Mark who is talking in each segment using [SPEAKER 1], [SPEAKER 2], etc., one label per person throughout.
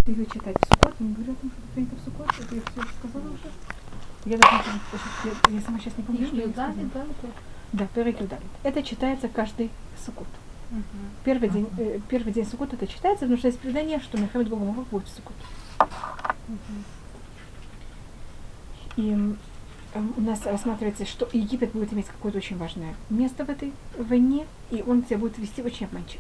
[SPEAKER 1] Ее читать в Суккот. Я не говорю о том, что это принято в Суккот. Это я все сказала уже. Я сама сейчас не помню, что я сказала. Да, Перек Юдалит. Это читается каждый Суккот. Первый день Суккот это читается, потому что есть предание, что Милхемет Гог Умагог будет в Суккот. И у нас рассматривается, что Египет будет иметь какое-то очень важное место в этой войне, и он себя будет вести очень обманчиво.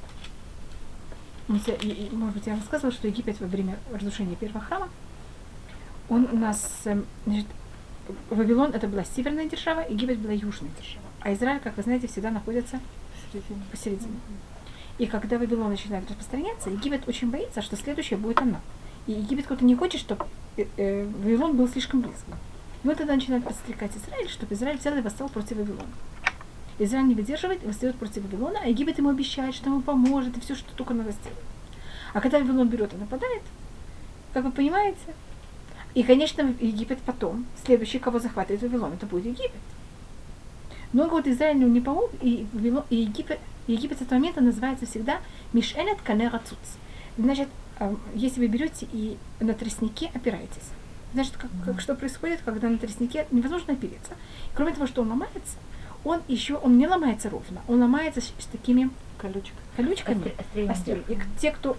[SPEAKER 1] Может быть, я рассказывала, что Египет во время разрушения первого храма, он у нас, значит, Вавилон это была северная держава, Египет была южная держава. А Израиль, как вы знаете, всегда находится посередине. И когда Вавилон начинает распространяться, Египет очень боится, что следующее будет она. И Египет кто-то не хочет, чтобы Вавилон был слишком близко. И вот тогда начинает подстрекать Израиль, чтобы Израиль взял и восстал против Вавилона. Израиль не выдерживает и восстает против Вавилона, а Египет ему обещает, что ему поможет, и все, что только надо сделать. А когда Вавилон берет и нападает, как вы понимаете, и, конечно, Египет потом, следующий, кого захватывает Вавилон, это будет Египет. Но вот Израиль не помог, и Египет с этого момента называется всегда Мишенет Канера Цуц. Значит, если вы берете и на тростнике опираетесь. Значит, что происходит, когда на тростнике невозможно опереться. Кроме того, что он ломается, он не ломается ровно, он ломается с такими колючками. И те, кто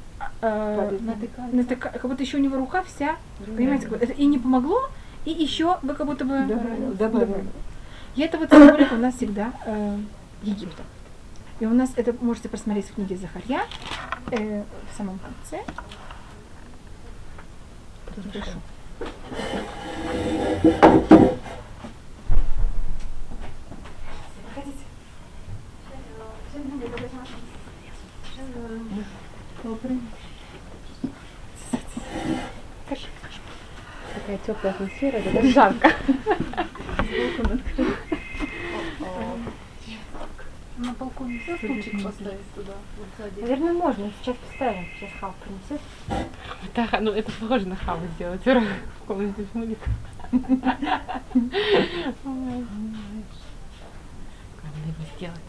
[SPEAKER 1] как будто еще у него рука вся, понимаете, это и не помогло, и еще вы как будто бы добавили. И это вот символика у нас всегда Египта. И у нас это можете посмотреть в книге Захарья в самом конце. Хорошо.
[SPEAKER 2] Такая теплая атмосфера, да, даже жарко.
[SPEAKER 3] На балконе нельзя стульчик поставить туда?
[SPEAKER 2] Наверное, можно. Сейчас поставим. Сейчас хав принесет.
[SPEAKER 4] Да, ну это похоже на хаву сделать. В комнате Шмулик. Надо его сделать.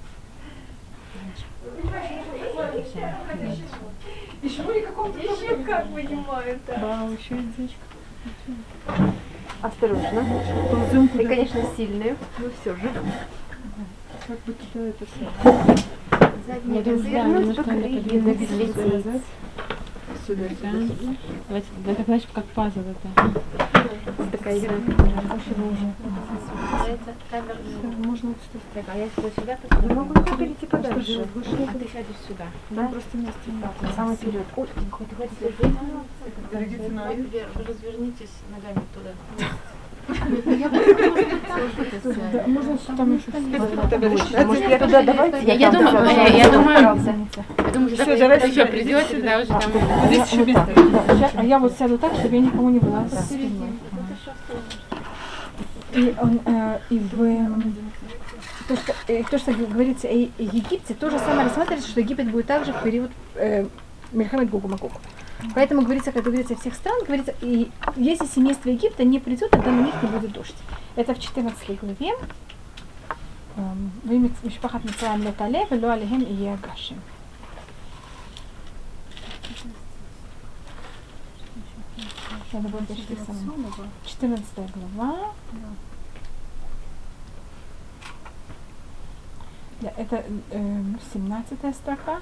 [SPEAKER 3] Еще как понимаю, да.
[SPEAKER 1] Да, еще и здесь.
[SPEAKER 2] Осторожно. И, конечно, сильные, но все же.
[SPEAKER 1] Как бы туда это
[SPEAKER 2] Задний развернуть, покрыть, навеселить.
[SPEAKER 1] сюда.
[SPEAKER 4] Давайте, это значит как пазл это.
[SPEAKER 2] Такая игра.
[SPEAKER 1] Можно что-то.
[SPEAKER 2] Так, а я сюда посмотрю. Могу перейти подальше.
[SPEAKER 4] А ты сядешь сюда.
[SPEAKER 2] Да?
[SPEAKER 1] Просто место не
[SPEAKER 2] Самый вперед. Ой, ты хочешь
[SPEAKER 3] Развернитесь ногами туда.
[SPEAKER 1] можно там еще.
[SPEAKER 2] Может, я туда давайте?
[SPEAKER 4] Я думаю, что давайте еще придете, тогда уже там.
[SPEAKER 1] Здесь еще место. А я вот сяду так, чтобы я никому не была спиной. То, что говорится о Египте, то же самое рассматривается, что Египет будет также в период Милхемет Гог Умагог. Поэтому говорится, когда говорится о всех странах, говорится, и если семейство Египта не придет, тогда на них не будет дождь. Это в 14 главе. Мишпахат Мицраим ло тале вело алейхем ие гашем. Надо было почти самому. 14 глава. Да, это 17 строка.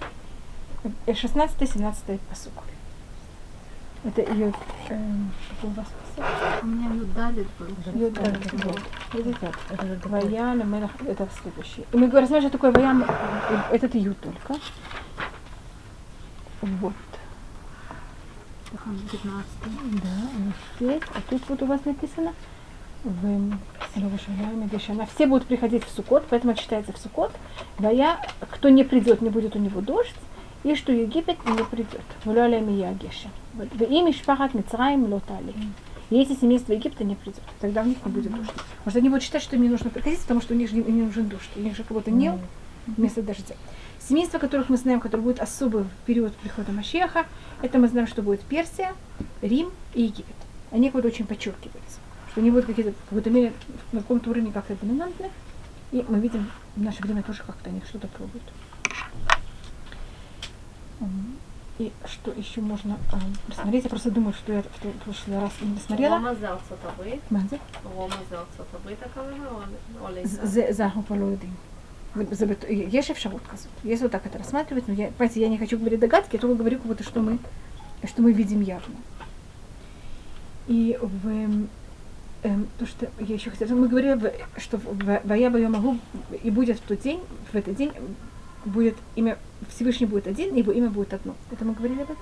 [SPEAKER 1] 16-17 посук. Это ее у вас
[SPEAKER 3] У меня Юдалит был.
[SPEAKER 1] Ваян, это следующий. И мы говорим, знаешь, что такое Ваян? Этот Ю только. Вот.
[SPEAKER 3] 15.
[SPEAKER 1] Да, здесь. А тут вот у вас написано все будут приходить в Суккот, поэтому читается в Суккот. Вая, кто не придет, не будет у него дождь. И что Египет не придет. Если семейство Египта не придет, тогда у них не будет дождя. Может, они будут считать, что им не нужно приходить, потому что у них же не нужен дождь. У них же кого-то не вместо дождя. Семейства, которых мы знаем, которые будут особо в период прихода Машиаха, это мы знаем, что будет Персия, Рим и Египет. Они как-то очень подчеркиваются, что они будут в какой-то мере на каком-то уровне как-то доминантны. И мы видим в наше время тоже как-то они что-то пробуют. И что еще можно посмотреть? Я просто думаю, что я в прошлый раз не досмотрела.
[SPEAKER 3] Рома זה ארצות הברית.
[SPEAKER 1] מה זה?
[SPEAKER 3] רומא זה ארצות הברית הכוונה או לישראל?
[SPEAKER 1] זה אנחנו כבר לא יודעים. Есть אפשרות כזאת. Если вот так это рассматривать, но я, понимаете, я не хочу говорить догадки, я только говорю, как будто что мы видим явно. И то, что я еще хотела, мы говорили, что Вая Байом Агу и будет в тот день, в этот день будет имя, Всевышний будет один, его имя будет одно. Это мы говорили об этом?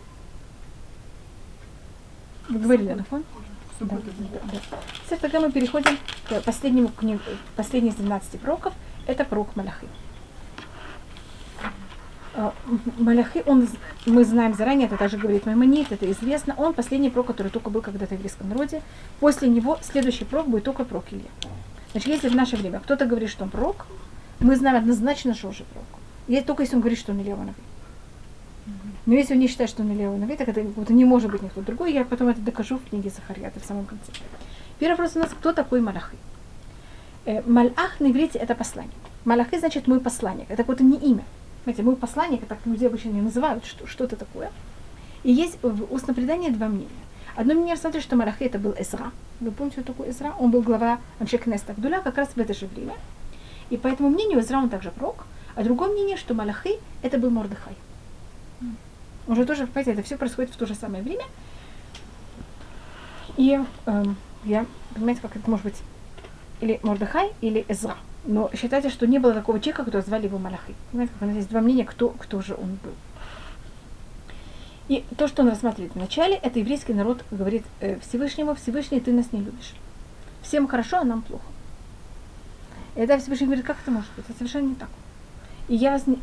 [SPEAKER 1] Мы говорили, Нахон? Да. Теперь тогда мы переходим к последнему книгу, последний из 12 пророков, это пророк Малахи. Малахи, мы знаем заранее, это также говорит Маймонид, это известно, он последний пророк, который только был когда-то в еврейском народе. После него следующий пророк будет только пророк Илья. Значит, если в наше время кто-то говорит, что он пророк, мы знаем однозначно, что он же пророк. И только если он говорит, что он Илья Нави. Но если он не считает, что он Илья Нави, так это не может быть никто другой. Я потом это докажу в книге Захарьята в самом конце. Первый вопрос у нас, кто такой Малахи? Малах на иврите это посланник. Малахи значит мой посланник. Это какое-то не имя. Знаете, мой посланник, это так люди обычно не называют, что это такое. И есть в устном предании два мнения. Одно мнение рассматривает, что Малахи это был Эзра. Вы помните, что такое Эзра? Он был глава Аншей Кнессет Агдуля как раз в это же время. И по этому мнению Эзра он также пророк. А другое мнение, что Малахи это был Мордехай. Уже тоже, понимаете, это все происходит в то же самое время. И я, понимаете, как это может быть или Мордехай, или Эзра. Но считайте, что не было такого человека, которого звали его Малахи. Понимаете, как у нас есть два мнения, кто же он был. И то, что он рассматривает в начале, это еврейский народ говорит Всевышнему: Всевышний, ты нас не любишь. Всем хорошо, а нам плохо. И тогда Всевышний говорит: как это может быть? Это совершенно не так. И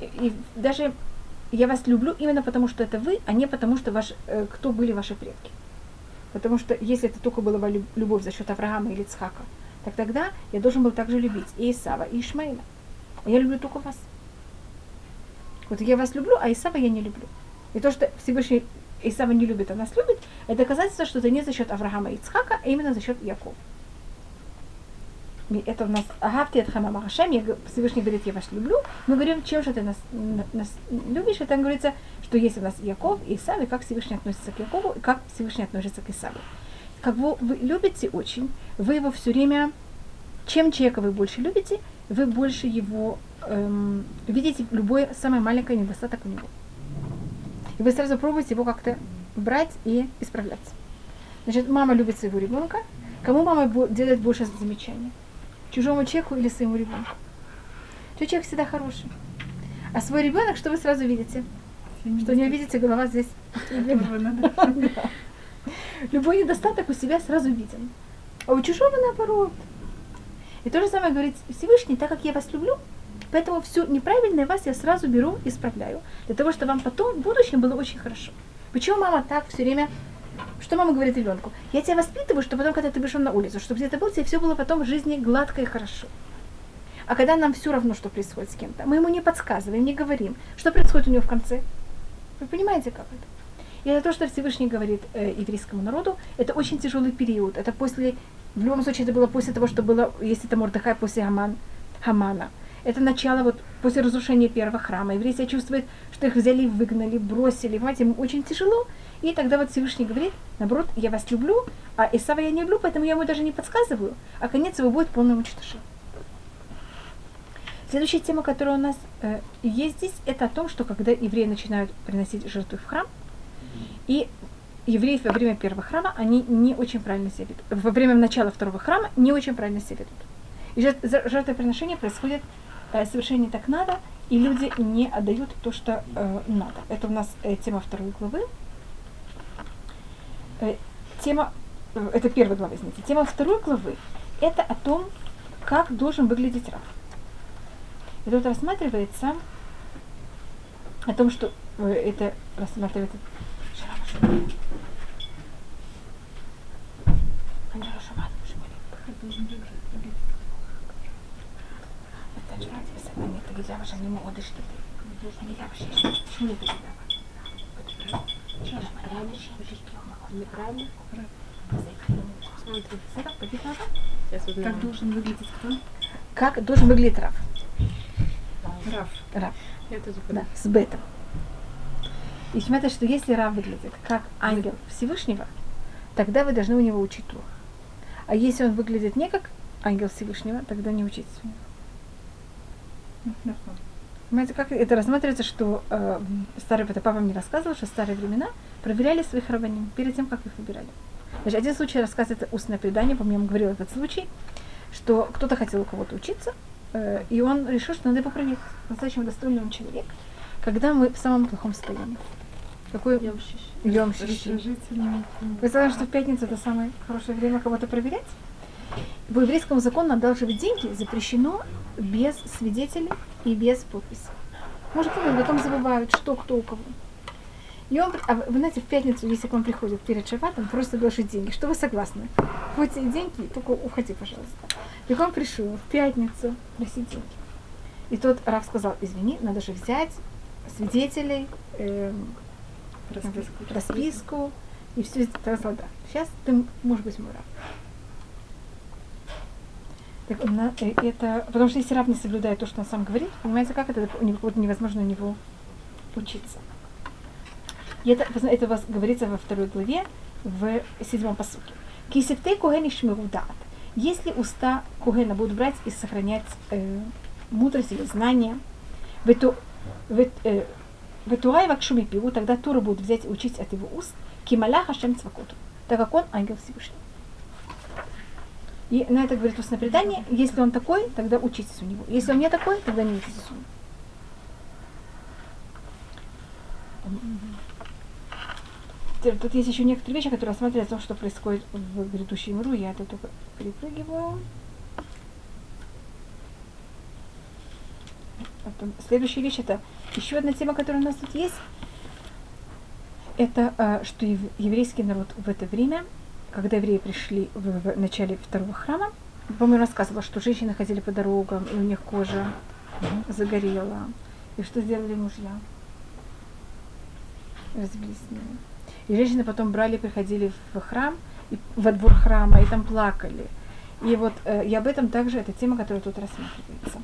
[SPEAKER 1] я вас люблю именно потому, что это вы, а не потому, что кто были ваши предки. Потому что если это только была любовь за счет Авраама или Ицхака, так тогда я должен был также любить и Исава, и Ишмаила. А я люблю только вас. Вот я вас люблю, а Исава я не люблю. И то, что Всевышний Исава не любит, а нас любит, это доказательство, что это не за счет Авраама и Ицхака, а именно за счет Якова. Это у нас Агавти эт Хама Марашем, Всевышний говорит: я вас люблю. Мы говорим: чем же ты нас любишь? И там говорится, что есть у нас Яков и Исав, и как Всевышний относится к Якову, и как Всевышний относится к Исаву. Как вы любите очень, вы его все время, чем человека вы больше любите, вы больше его видите любой самый маленький недостаток у него. И вы сразу пробуете его как-то брать и исправляться. Значит, мама любит своего ребенка. Кому мама делает больше замечаний? Чужому человеку или своему ребенку? Чужой человек всегда хороший. А свой ребенок, что вы сразу видите? Что у него, видите, голова здесь. Любой недостаток у себя сразу виден. А у чужого наоборот. И то же самое говорит Всевышний: так как я вас люблю, поэтому все неправильное вас я сразу беру и исправляю. Для того, чтобы вам потом в будущем было очень хорошо. Почему мама так все время... Что мама говорит ребенку? Я тебя воспитываю, чтобы потом, когда ты вышел на улицу, чтобы где-то был, тебе все было потом в жизни гладко и хорошо. А когда нам все равно, что происходит с кем-то, мы ему не подсказываем, не говорим, что происходит у него в конце. Вы понимаете, как это? И это то, что Всевышний говорит еврейскому народу, это очень тяжелый период. Это после, в любом случае, это было после того, что было, если это Мордехай, после Хамана. Это начало вот после разрушения первого храма. Евреи себя чувствуют, что их взяли, выгнали, бросили. Понимаете, им очень тяжело. И тогда вот Всевышний говорит: наоборот, я вас люблю, а Исава я не люблю, поэтому я ему даже не подсказываю. А конец его будет полным уничтожением. Следующая тема, которая у нас есть здесь, это о том, что когда евреи начинают приносить жертвы в храм, и евреи во время первого храма, они не очень правильно себя ведут. Во время начала второго храма не очень правильно себя ведут. И жертвоприношение происходит совершенно не так надо, и люди не отдают то, что надо. Это у нас тема второй главы. Это первая глава, извините. Тема второй главы – это о том, как должен выглядеть рав. И тут рассматривается о том, что это рассматривается...
[SPEAKER 2] Неправильно?
[SPEAKER 3] Как должен выглядеть кто?
[SPEAKER 1] Как должен выглядеть рав?
[SPEAKER 3] Рав.
[SPEAKER 1] Рав.
[SPEAKER 3] Я тоже
[SPEAKER 1] Да, с бетом. И смотрите, что если Рав выглядит как ангел Всевышнего, тогда вы должны у него учить Тору. А если он выглядит не как ангел Всевышнего, тогда не учитесь у него. Понимаете, как это рассматривается, что старый папа мне рассказывал, что в старые времена проверяли своих раввиним перед тем, как их выбирали. Значит, один случай рассказывает устное предание, по-моему, я вам говорила этот случай, что кто-то хотел у кого-то учиться, и он решил, что надо его проверить. Достаточно достойный он человек, когда мы в самом плохом состоянии. Какой Йом Шиши. Вы знаете, что в пятницу это самое хорошее время кого-то проверять? По еврейскому закону одалживать деньги запрещено без свидетелей и без подписи. Может, потом забывают, что кто у кого. И он, вы знаете, в пятницу, если к вам приходит перед шаббатом, просто одолжить деньги, что вы согласны? Хоть и деньги, только уходи, пожалуйста. И он пришел в пятницу просить деньги. И тот Рав сказал: извини, надо же взять свидетелей, расписку и все. Я сказала: да, сейчас ты можешь быть мой Рав. Так, это, потому что если Рав не соблюдает то, что он сам говорит, понимаете, как это невозможно у него учиться. И это у вас говорится во 2 главе, в 7 пасуке. Кисифтей кугени шмирудат. Если уста кугена будут брать и сохранять мудрость или знание, вэтуай вакшуми пиву, тогда Тору будут взять и учить от его уст, кималах Ашем цвакоту, так как он ангел Всевышний. И на это говорит устное предание: если он такой, тогда учитесь у него. Если он не такой, тогда не учитесь у него. Тут есть еще некоторые вещи, которые рассматривают о том, что происходит в грядущем миру. Я это только перепрыгиваю. Потом, следующая вещь — это еще одна тема, которая у нас тут есть. Это что еврейский народ в это время, когда евреи пришли в начале 2-го храма, по-моему, рассказывала, что женщины ходили по дорогам, и у них кожа загорела. И что сделали мужья? Развелись с ними. И женщины потом приходили в храм, во двор храма, и там плакали. И вот и об этом также эта тема, которая тут рассматривается.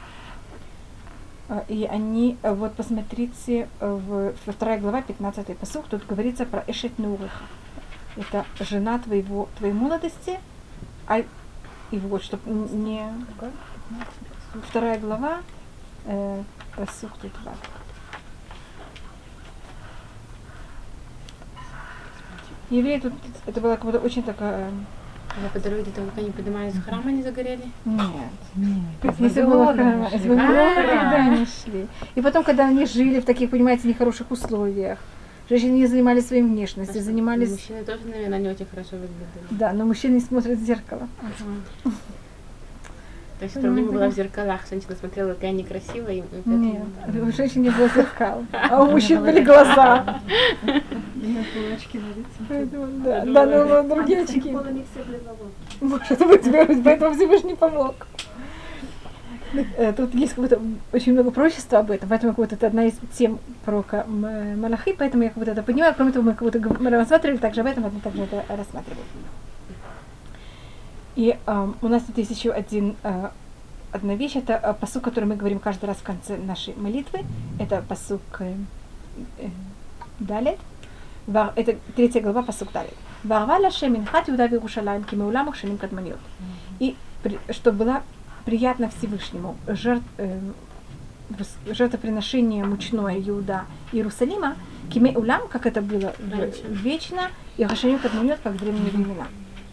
[SPEAKER 1] И они, вот посмотрите, во 2 глава, 15 пасук, тут говорится про Эшет Неуреха. Это жена твоей молодости, и вот, чтобы не... 2 глава, пасук тут 2. Евреи тут, это была как будто очень такая...
[SPEAKER 2] Когда по дороге до того, как они поднимались с храма, они загорели?
[SPEAKER 1] Нет. Если было храма, когда они шли. И потом, когда они жили в таких, понимаете, нехороших условиях, женщины не занимались своей внешностью, занимались...
[SPEAKER 2] Мужчины тоже, наверное, не очень хорошо выглядели.
[SPEAKER 1] Да, но мужчины смотрят в зеркало.
[SPEAKER 2] То есть проблема была в зеркалах. Женщина смотрела, какая они красивая.
[SPEAKER 1] Нет, у женщин не было зеркал, а у мужчин были глаза.
[SPEAKER 3] Очки на лице.
[SPEAKER 1] Да, но другие очки. Может быть, поэтому Всевышний помог. Тут есть как будто очень много пророчества об этом, поэтому как будто это одна из тем пророка Малахи, поэтому я как будто это понимаю. Кроме того, мы как будто рассматривали также об этом, мы также это рассматривали. И у нас тут есть еще одна вещь, это пасук, который мы говорим каждый раз в конце нашей молитвы. Это пасук Далет. Это 3 глава, пасук Далет. Варвала шеминхат Иуда вирушалаим кимеулам ушаним кадманиот. И чтобы было приятно Всевышнему жертвоприношение мучное Иуда Иерусалима, кимеулам, как это было вечно, и ушаним кадманиот, как в древние времена.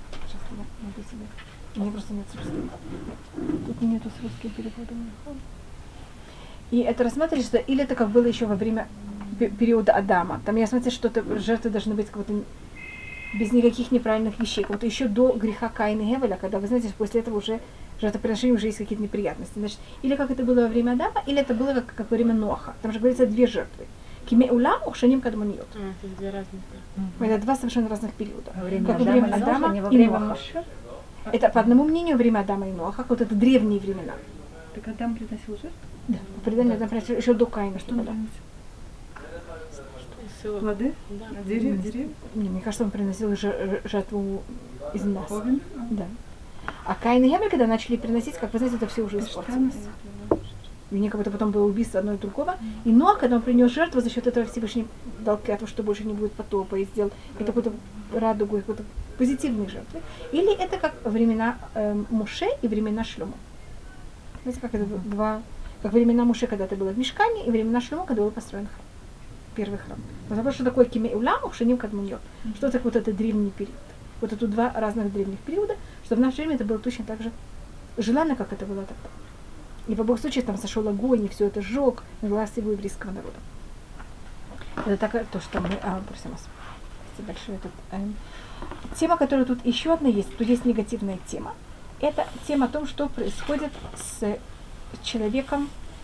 [SPEAKER 1] У меня просто нет с русским. Тут нету с русским переводом. И это рассматривается, или это как было еще во время периода Адама. Там я смотрю, что жертвы должны быть как будто без никаких неправильных вещей. Вот еще до греха Каина и Гевеля, когда, вы знаете, после этого уже жертвоприношения уже есть какие-то неприятности. Значит, или как это было во время Адама, или это было как во время Ноаха. Там же говорится 2 жертвы. Кимеулам ушаним кадманиот.
[SPEAKER 2] Это 2 разных.
[SPEAKER 1] Это 2 совершенно разных периода.
[SPEAKER 3] Во время
[SPEAKER 1] как во время Адама
[SPEAKER 3] и во
[SPEAKER 1] и
[SPEAKER 3] время
[SPEAKER 1] Ноаха. Это по одному мнению время Адама и Ноаха, вот это древние времена.
[SPEAKER 3] Так Адам приносил жертву?
[SPEAKER 1] Да, по преданию Адам приносил еще до Каина.
[SPEAKER 3] Что он приносил? Плоды?
[SPEAKER 2] Да.
[SPEAKER 3] Деревья?
[SPEAKER 1] Мне кажется, он приносил жертву из нас.
[SPEAKER 3] Овен?
[SPEAKER 1] Да. А Каин и Гевель, когда начали приносить, как вы знаете, это все уже испортилось. у них как будто потом было убийство одно и другого. И Ноах, когда он принес жертву, за счет этого Всевышний дал клятву, что больше не будет потопа, и сделал какую-то радугу, какую-то позитивные жертвы. Или это как времена Моше и времена Шломо. Знаете, как это два... Как времена Моше, когда это было в Мишкане, и времена Шломо, когда был построен храм. Первый храм. Вопрос, что такое кимей улам, ушаним кадмуньот. Что такое вот этот древний период. Вот это два разных древних периода, что в наше время это было точно так же желанно, как это было тогда. И в обоих случаях там сошел огонь, и все это сжег на глаз его еврейского народа. Это так, то, что мы... просим вас. Спасибо большое. Тема, которая тут еще одна есть, тут есть негативная тема. Это тема о том, что происходит с человеком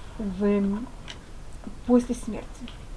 [SPEAKER 1] после смерти.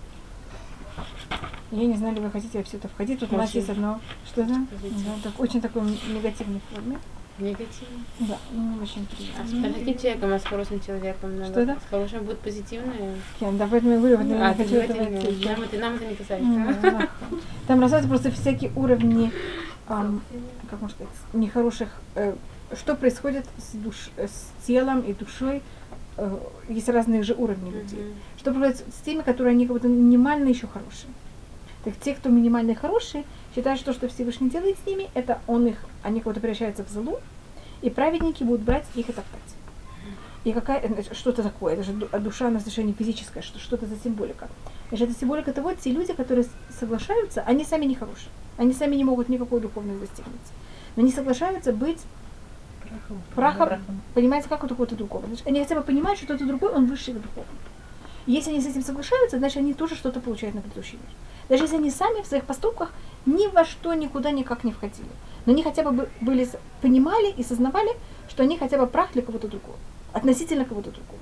[SPEAKER 1] Я не знаю, ли вы хотите все это входить. Тут у нас есть одно... Что это? Да, так, очень такой негативной форме.
[SPEAKER 4] Негативно?
[SPEAKER 1] Да, не очень
[SPEAKER 4] А с
[SPEAKER 1] приятно.
[SPEAKER 4] таким человеком, а с хорошим человеком?
[SPEAKER 1] Что это?
[SPEAKER 4] С хорошим будет позитивное?
[SPEAKER 1] Да, поэтому я говорю, вот, я хочу
[SPEAKER 4] давайте
[SPEAKER 1] этого
[SPEAKER 4] не-
[SPEAKER 1] идти.
[SPEAKER 4] нам это не касается.
[SPEAKER 1] Да. Там рассматриваются просто всякие уровни, как можно сказать, нехороших, что происходит с телом и душой. Есть разные же уровни людей. Что происходит с теми, которые они как будто минимально еще хорошие. Так те, кто минимально хорошие, считают, что Всевышний делает с ними, это они как будто превращаются в злу, и праведники будут брать их и топтать. И что это такое? Это же душа, она совершенно не физическая, что это за символика? Значит, это символика того, те люди, которые соглашаются, они сами не хорошие, они сами не могут никакой духовности достигнуть. Но они соглашаются быть прахом, понимаете, как у какого-то другого. Значит, они хотя бы понимают, что кто-то другой, он выше их духовно. И если они с этим соглашаются, значит, они тоже что-то получают на предыдущий мир. Даже если они сами в своих поступках ни во что никуда никак не входили. Но они хотя бы понимали и сознавали, что они хотя бы прах для кого-то другого. Относительно кого-то другого.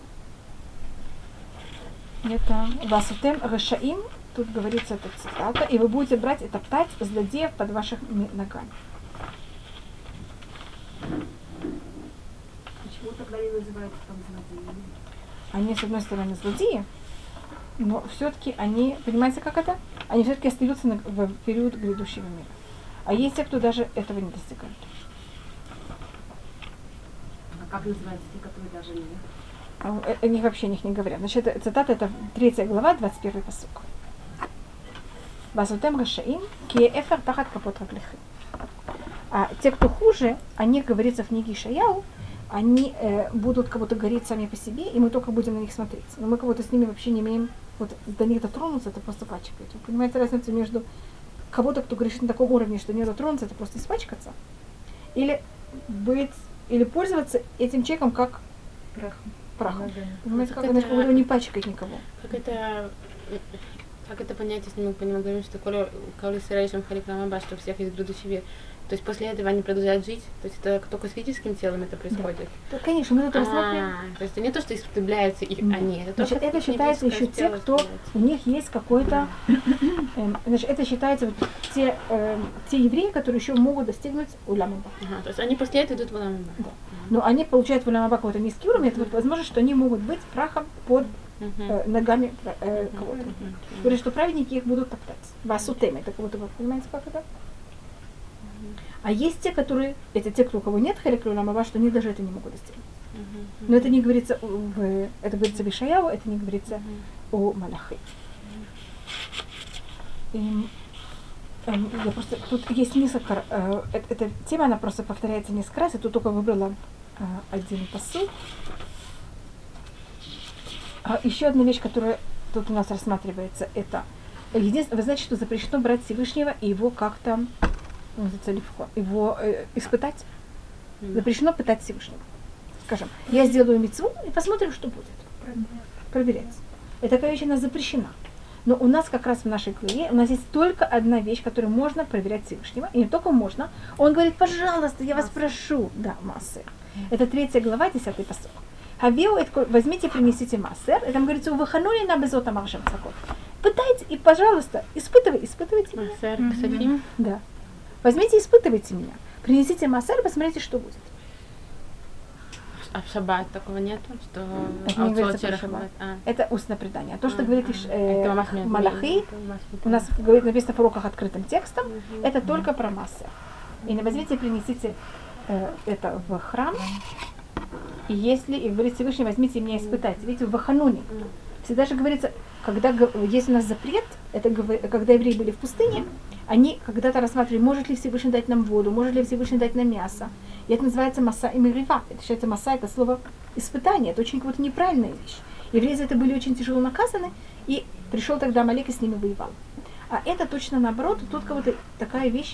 [SPEAKER 1] Это «Васутем решаим», тут говорится эта цитата, «И вы будете брать и топтать злодеев под вашими ногами».
[SPEAKER 2] Почему тогда не называются там злодеями?
[SPEAKER 1] Они, с одной стороны, злодеи, но все-таки они, понимаете, как это? Они все-таки остаются в период грядущего мира. А есть те, кто даже этого не достигают.
[SPEAKER 2] А как называются те, которые даже не?
[SPEAKER 1] О них вообще о них не говорят. Значит, цитата это 3 глава, 21 пасук. «Васутем решаим, ки эфер тахат капот раглихи». А те, кто хуже, о них говорится в книге Ишаяу, они будут как будто гореть сами по себе, и мы только будем на них смотреть. Но мы как будто с ними вообще не имеем, вот до них дотронуться, это просто пачкать. Вы понимаете разницу между кого-то, кто грешит на таком уровне, что не дотронуться, это просто испачкаться, или пользоваться этим человеком как прахом. Понимаете, как это, как будто не пачкать никого.
[SPEAKER 4] Как это понять, если мы по нему говорим, что коли сыраишем харикрамаба, что у всех есть грядущий век? То есть после этого они продолжают жить? То есть это только с физическим телом это происходит?
[SPEAKER 1] Да, конечно, мы это рассматриваем.
[SPEAKER 4] То есть это не то, что исправляются они.
[SPEAKER 1] Значит, это считается еще те, кто у них есть какой-то... значит, это считается вот те евреи, которые еще могут достигнуть улам аба.
[SPEAKER 4] То есть они после этого идут в улам аба.
[SPEAKER 1] Да. Но они получают в улам аба какой-то низкий уровень, это вот возможно, что они могут быть прахом под ногами кого-то. Говорят, что праведники их будут топтать. Васутем, это кого-то, вы понимаете, как это? А есть те, которые, это те, у кого нет хелек улам аба, что они даже это не могут достигнуть. Но это не говорится это говорится в Ишаяу, это не говорится о Малахи. Я просто, тут есть несколько, эта тема, она просто повторяется несколько раз, я тут только выбрала один посыл. Еще одна вещь, которая тут у нас рассматривается, это вы знаете, что запрещено брать Всевышнего и его как-то его испытать. Запрещено пытать Всевышнего. Скажем, я сделаю мицву и посмотрим, что будет. Проверять. Эта такая вещь, она запрещена. Но у нас как раз в нашей главе, у нас есть только одна вещь, которую можно проверять Всевышнего. И не только можно. Он говорит, пожалуйста, я вас прошу. Да, массер. Это 3 глава, 10 посыл. Хавеу, возьмите, принесите массер. И там говорится, уваханули на безота маршем цакот. Пытайте и, пожалуйста, испытывайте меня.
[SPEAKER 4] Массер, ксафим.
[SPEAKER 1] Да. Возьмите, испытывайте меня. Принесите массер, посмотрите, что будет.
[SPEAKER 4] А в шаббат такого нету? Что
[SPEAKER 1] Это не говорится про шаббат. Это устное предание. А то, что говорит Малахи, у нас написано в уроках открытым текстом, это только про массер. И возьмите, принесите это в храм. И если, и говорит Всевышний, возьмите меня испытать. Видите, в Вахануне всегда же говорится, когда есть у нас запрет, это когда евреи были в пустыне, они когда-то рассматривали, может ли Всевышний дать нам воду, может ли Всевышний дать нам мясо. И это называется маса и мерива. Это считается маса, это слово испытание. Это очень какая-то неправильная вещь. Евреи за это были очень тяжело наказаны, и пришел тогда Амалек и с ними воевал. А это точно наоборот, тут как-то такая вещь,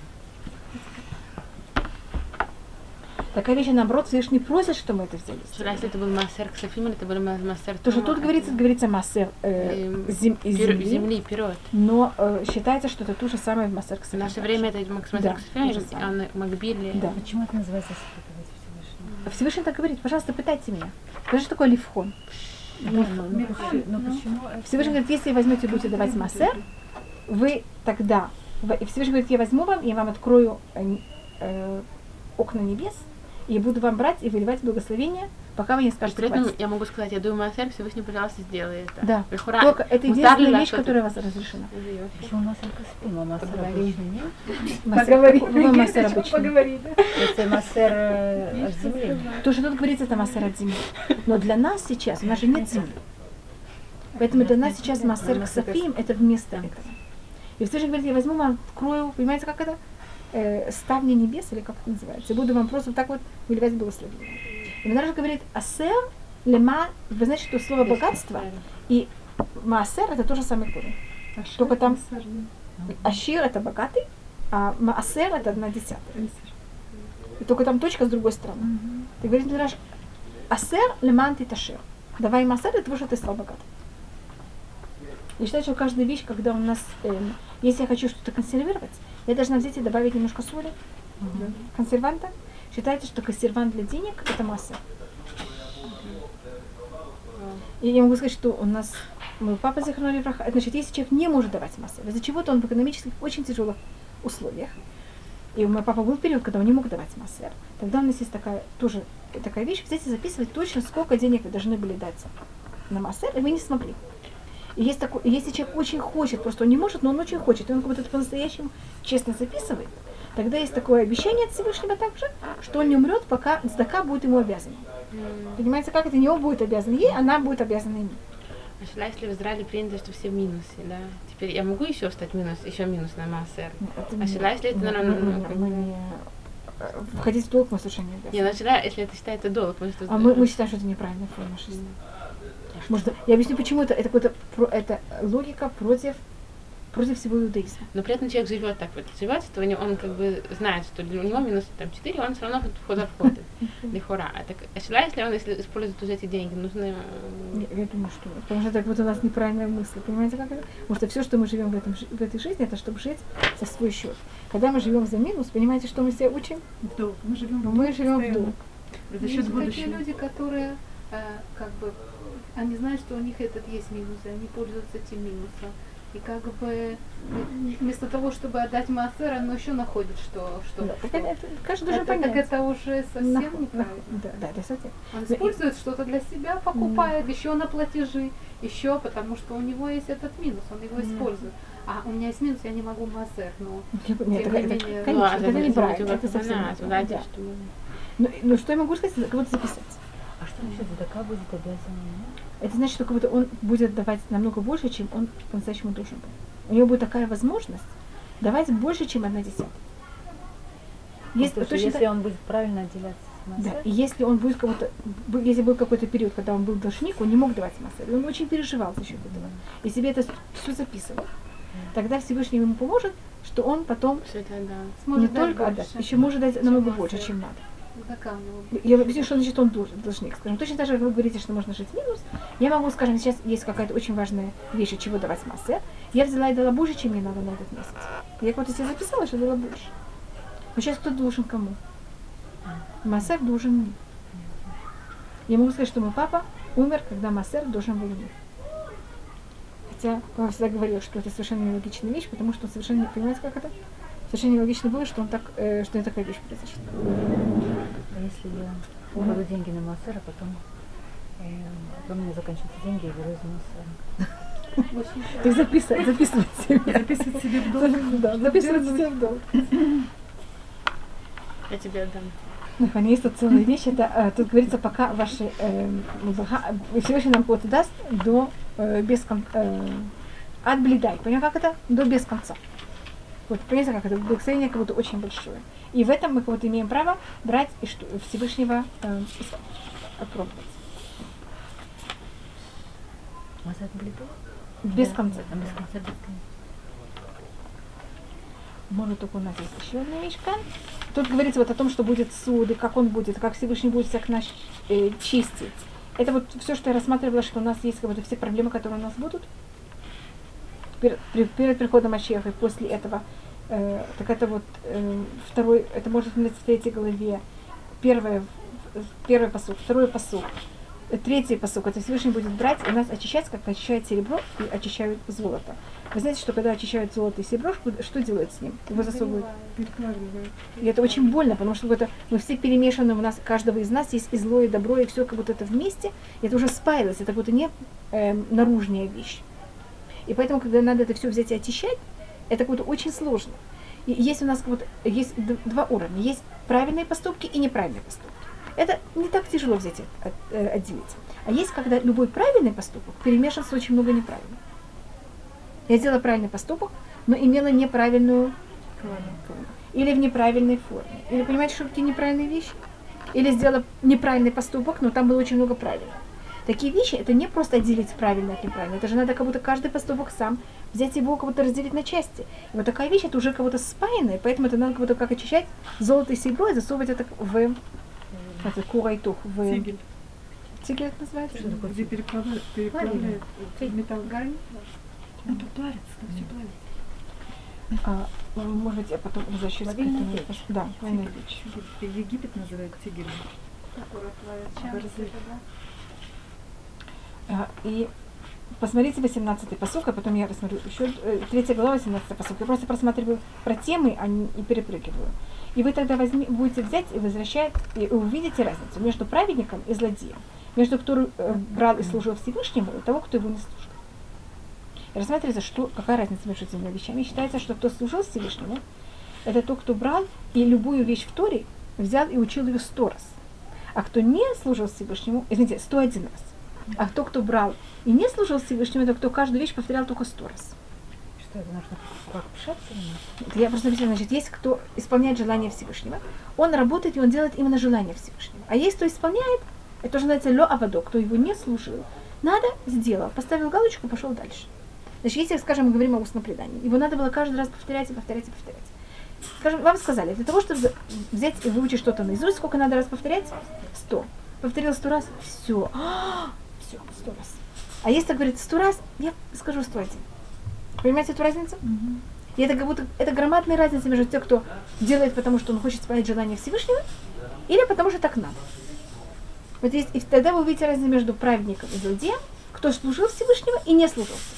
[SPEAKER 1] наоборот, Всевышний просит, что мы это взяли.
[SPEAKER 4] Если это был массер ксафим, или это был массер
[SPEAKER 1] То, что тут говорится массер
[SPEAKER 4] земли, пирот.
[SPEAKER 1] Но считается, что это то же самое в массер
[SPEAKER 4] В
[SPEAKER 1] ксафим.
[SPEAKER 4] наше время это массер ксафим, а Макбили.
[SPEAKER 1] Да.
[SPEAKER 2] Почему это называется испытывать Всевышнего?
[SPEAKER 1] Всевышний так говорит, пожалуйста, пытайте меня. Скажи, что такое ливхон?
[SPEAKER 2] Но почему?
[SPEAKER 1] Всевышний говорит, если возьмете и будете давать массер, вы тогда... И Всевышний говорит, я возьму вам, я вам открою окна небес, и буду вам брать и выливать благословение, пока вы не скажете
[SPEAKER 4] При этом
[SPEAKER 1] хватит.
[SPEAKER 4] я могу сказать, я думаю, массер, Всевышний, пожалуйста, сделай это.
[SPEAKER 1] Да.
[SPEAKER 4] Лихура,
[SPEAKER 1] Только это единственная вещь, которая у вас разрешена.
[SPEAKER 2] Почему массер каспим, а массер обычный нет?
[SPEAKER 1] Какой массер обычный?
[SPEAKER 3] Поговорить, да?
[SPEAKER 2] Это массер от земли.
[SPEAKER 1] То, что тут говорится, это массер от земли. Но для нас сейчас, у нас же нет земли. Поэтому для нас сейчас массер ксафим, это вместо этого. И Всевышний говорит, я возьму вам, вкрою, понимаете, как это? Ставни небес, или как это называется, и буду вам просто вот так вот выливать благословение. И Менараш говорит, асер, лема, вы знаете, что слово богатство, и маасер это то же самое корень. Только там ашир это богатый, а маасер это 1/10. И только там точка с другой стороны. Ты говоришь, Менараш, асер, леман ты ташир. Давай маасер для того, что ты стал богатым. Я считаю, что каждая вещь, когда у нас, если я хочу что-то консервировать, я должна взять и добавить немножко соли, консерванта. Считается, что консервант для денег – это масса. И я могу сказать, что у нас, мой папа захоронили враха, значит, если человек не может давать массу, из-за чего-то он в экономических очень тяжелых условиях, и у моего папы был период, когда он не мог давать массер, тогда у нас есть такая вещь, взять и записывать точно, сколько денег вы должны были дать на массер, и вы не смогли. И есть такой, если человек очень хочет, просто он не может, но он очень хочет, и он как будто по-настоящему честно записывает, тогда есть такое обещание от Всевышнего также, что он не умрет, пока цдака будет ему обязан. Понимаете, как это? Не он будет обязан ей, она будет обязана ему.
[SPEAKER 4] А если в Израиле принято, что все в минусе, да? Теперь я могу еще стать еще минус на массер? А если это, наверное,
[SPEAKER 1] входить в долг мы совершенно не обязаны.
[SPEAKER 4] Не, начала, если это считается долг, потому что...
[SPEAKER 1] А мы считаем, что это неправильная форма жизни. Может, я объясню, почему это это логика против всего иудаизма.
[SPEAKER 4] Но при этом человек живет так вот, живет, что он как бы знает, что у него минус 4, он все равно входит. Лихора. А так, если он использует уже эти деньги, нужно...
[SPEAKER 1] Я думаю, что... Потому что так вот у нас неправильная мысль. Понимаете, как это? Потому что все, что мы живем в этой жизни, это чтобы жить за свой счет. Когда мы живем за минус, понимаете, что мы себя учим?
[SPEAKER 3] В долг. Мы живем
[SPEAKER 1] в долг.
[SPEAKER 3] За счет
[SPEAKER 5] Есть такие
[SPEAKER 3] будущего.
[SPEAKER 5] люди, которые как бы они знают, что у них этот есть минус, и они пользуются этим минусом. И как бы вместо того, чтобы отдать массера, но еще находят, что
[SPEAKER 1] Каждый должен понять.
[SPEAKER 5] так это уже совсем неправильно.
[SPEAKER 1] Да, это совсем.
[SPEAKER 5] Он использует что-то для себя, покупает, еще на платежи, еще потому что у него есть этот минус, он его использует. А у меня есть минус, я не могу массер, но тем не менее...
[SPEAKER 1] Конечно, это неправильно, это совсем неправильно. Ну что я могу сказать, кого-то записать.
[SPEAKER 2] А что насчет задака будет обязан?
[SPEAKER 1] Это значит, что как будто он будет давать намного больше, чем он по-настоящему должен был. У него будет такая возможность давать больше, чем 1/10.
[SPEAKER 2] Если он будет правильно отделяться с массой.
[SPEAKER 1] Да, и если он будет если был какой-то период, когда он был должник, он не мог давать массер, и он очень переживал за счет этого. И себе это все записывал. Тогда Всевышний ему поможет, что он потом не только отдать, еще может дать намного больше, чем надо. Я объясню, что значит он должник. Скажем, точно так же, как вы говорите, что можно жить минус, я могу, скажем, сейчас есть какая-то очень важная вещь, от чего давать массер. Я взяла и дала больше, чем мне надо на этот месяц. Я кого-то себе записала, что дала больше. Но сейчас кто должен кому? Массер должен мне. Я могу сказать, что мой папа умер, когда массер должен был мне. Хотя папа всегда говорил, что это совершенно нелогичная вещь, потому что он совершенно не понимает, как это. Совершенно нелогично было, что что такая вещь произошла.
[SPEAKER 2] А если я кладу деньги на массер, а потом у меня заканчиваются деньги, я беру из массера.
[SPEAKER 1] Так записывать себе.
[SPEAKER 3] Записывать себе в долг.
[SPEAKER 1] Да, записывать себе в долг.
[SPEAKER 4] Я тебе отдам.
[SPEAKER 1] Есть тут целая вещь, это тут говорится, пока ваши Всевышний нам кого-то даст до без конца, отбледай, понимаете, как это? До без конца. Вот, понимаете, как это? Благословение как будто очень большое. И в этом мы кого-то имеем право брать и что, Всевышнего опробовать.
[SPEAKER 2] Мазать блиду?
[SPEAKER 1] Без конца.
[SPEAKER 2] Без конца, без конца.
[SPEAKER 1] Может, только у нас есть еще одна вещка. Тут говорится вот о том, что будет суд, и как он будет, как Всевышний будет всех нас чистить. Это вот все, что я рассматривала, что у нас есть как будто все проблемы, которые у нас будут перед приходом Машиаха и после этого. Так это вот второй, это может быть в 3 главе, первый пасук, второй пасук, третий пасук. Это Всевышний будет брать и нас очищать, как очищает серебро и очищают золото. Вы знаете, что когда очищают золото и серебро, что делают с ним? Его засовывают.
[SPEAKER 3] Перекладывают.
[SPEAKER 1] И это очень больно, потому что это, мы все перемешаны, у нас, каждого из нас есть и зло, и добро, и все как будто это вместе. И это уже спаялось, это будто не наружная вещь. И поэтому, когда надо это все взять и очищать, это как будто очень сложно. И есть у нас как будто, есть два уровня. Есть правильные поступки и неправильные поступки. Это не так тяжело взять и отделить. А есть, когда любой правильный поступок перемешан с очень много неправильных. Я сделала правильный поступок, но имела неправильную форму. Или в неправильной форме. Или понимаете, что такие неправильные вещи? Или сделала неправильный поступок, но там было очень много правильных. Такие вещи, это не просто отделить правильное от неправильного. Это же надо как будто каждый поступок сам взять его, как будто разделить на части. И вот такая вещь, это уже как будто спаянная, поэтому это надо как будто как очищать золото и серебро и засовывать это в курайтух, в...
[SPEAKER 3] Тигель.
[SPEAKER 1] Тигель это называется?
[SPEAKER 3] Что такое? Где перекладывают металл.
[SPEAKER 5] Гарнит.
[SPEAKER 3] Ну, тут плавится, там все плавится.
[SPEAKER 1] Может быть, я потом возвращусь к
[SPEAKER 2] Плавильная
[SPEAKER 1] этому.
[SPEAKER 2] печь.
[SPEAKER 1] Да, плавильная печь.
[SPEAKER 3] Египет называют тигелем.
[SPEAKER 1] И посмотрите 18-й пасук, а потом я рассмотрю еще 3 глава, 18-й пасук. Я просто просматриваю про темы, а не и перепрыгиваю. И вы тогда будете взять и возвращать, и увидите разницу между праведником и злодеем. Между кто брал и служил Всевышнему, и того, кто его не служил. И рассматривается, какая разница между этими вещами. Считается, что кто служил Всевышнему, это тот, кто брал и любую вещь в Торе взял и учил ее 100 раз. А кто не служил Всевышнему, извините, 101 раз. А кто брал и не служил Всевышнему, это кто каждую вещь повторял только 100 раз.
[SPEAKER 2] Что это нужно? Как пшать или нет?
[SPEAKER 1] Это я просто объясняю, значит, есть кто исполняет желание Всевышнего, он работает и он делает именно желание Всевышнего. А есть кто исполняет, это тоже называется лё авадо, кто его не служил. Надо, сделал, поставил галочку, пошел дальше. Значит, если, скажем, мы говорим о устном предании, его надо было каждый раз повторять и повторять и повторять. Скажем, вам сказали, для того, чтобы взять и выучить что-то наизусть, сколько надо раз повторять? 100. Повторил 100 раз, все. Все, 100 раз. А если говорит 100 раз, я скажу 101. Понимаете эту разницу? И это как будто это громадная разница между тем, кто делает, потому что он хочет исполнять желание Всевышнего, или потому что так надо. Вот есть, и тогда вы увидите разницу между праведником и злодеем, кто служил Всевышнего и не служил Всевышнего.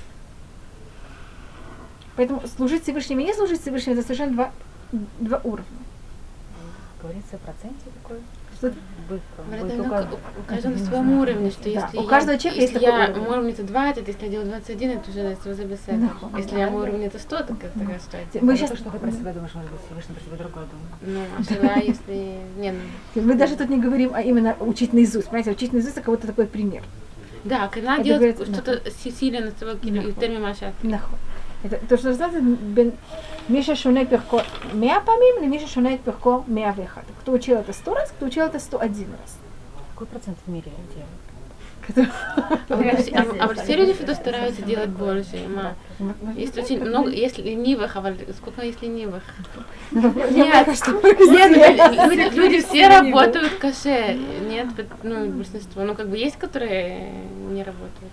[SPEAKER 1] Поэтому служить Всевышнему и не служить Всевышнему — это совершенно два уровня.
[SPEAKER 2] Говорится о проценте такой.
[SPEAKER 1] Что-то?
[SPEAKER 4] У каждого на своем уровне, что
[SPEAKER 1] Да,
[SPEAKER 4] если
[SPEAKER 1] у каждого человека есть
[SPEAKER 4] если
[SPEAKER 1] такой
[SPEAKER 4] я,
[SPEAKER 1] уровень.
[SPEAKER 4] мой уровень это 20, если я делаю 21, это уже за беседу.
[SPEAKER 1] Да.
[SPEAKER 4] Если я мой уровень это 100, то как такая стоит.
[SPEAKER 1] Мы
[SPEAKER 2] А
[SPEAKER 1] сейчас...
[SPEAKER 2] то, что ты про себя думаешь, может быть, Всевышний про себя другое думает.
[SPEAKER 4] Ну, а всегда, если... Не, ну,
[SPEAKER 1] Мы даже тут не говорим, а именно учить наизусть. Понимаете, учить наизусть — это кого-то такой пример.
[SPEAKER 4] да, когда
[SPEAKER 1] Это
[SPEAKER 4] делать
[SPEAKER 1] говорится,
[SPEAKER 4] что-то сильно над собой, термин Маша.
[SPEAKER 1] Нахуй. Это то, что называется Миша Шуней Перко 100 памим, или Миша Шуней Перко 101. Кто учил это 100 раз, кто учил это 101 раз.
[SPEAKER 2] Какой процент в мире делают?
[SPEAKER 4] А вот все люди всегда стараются делать больше. Есть очень много, есть ленивых, а сколько есть ленивых? Нет, люди все работают каше. Нет, ну, большинство. Ну, как бы есть, которые не работают.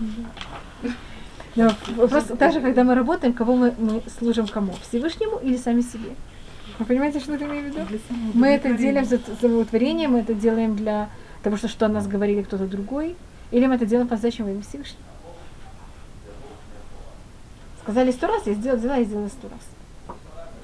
[SPEAKER 1] Но вопрос также, когда мы работаем, кого мы служим кому? Всевышнему или сами себе? Вы понимаете, что я имею в виду? Мы это делаем за удовлетворение, мы это делаем для того, что о нас говорили кто-то другой, или мы это делаем по-настоящему во имя Всевышнего. Сказали 100 раз, я взяла и сделала 100 раз.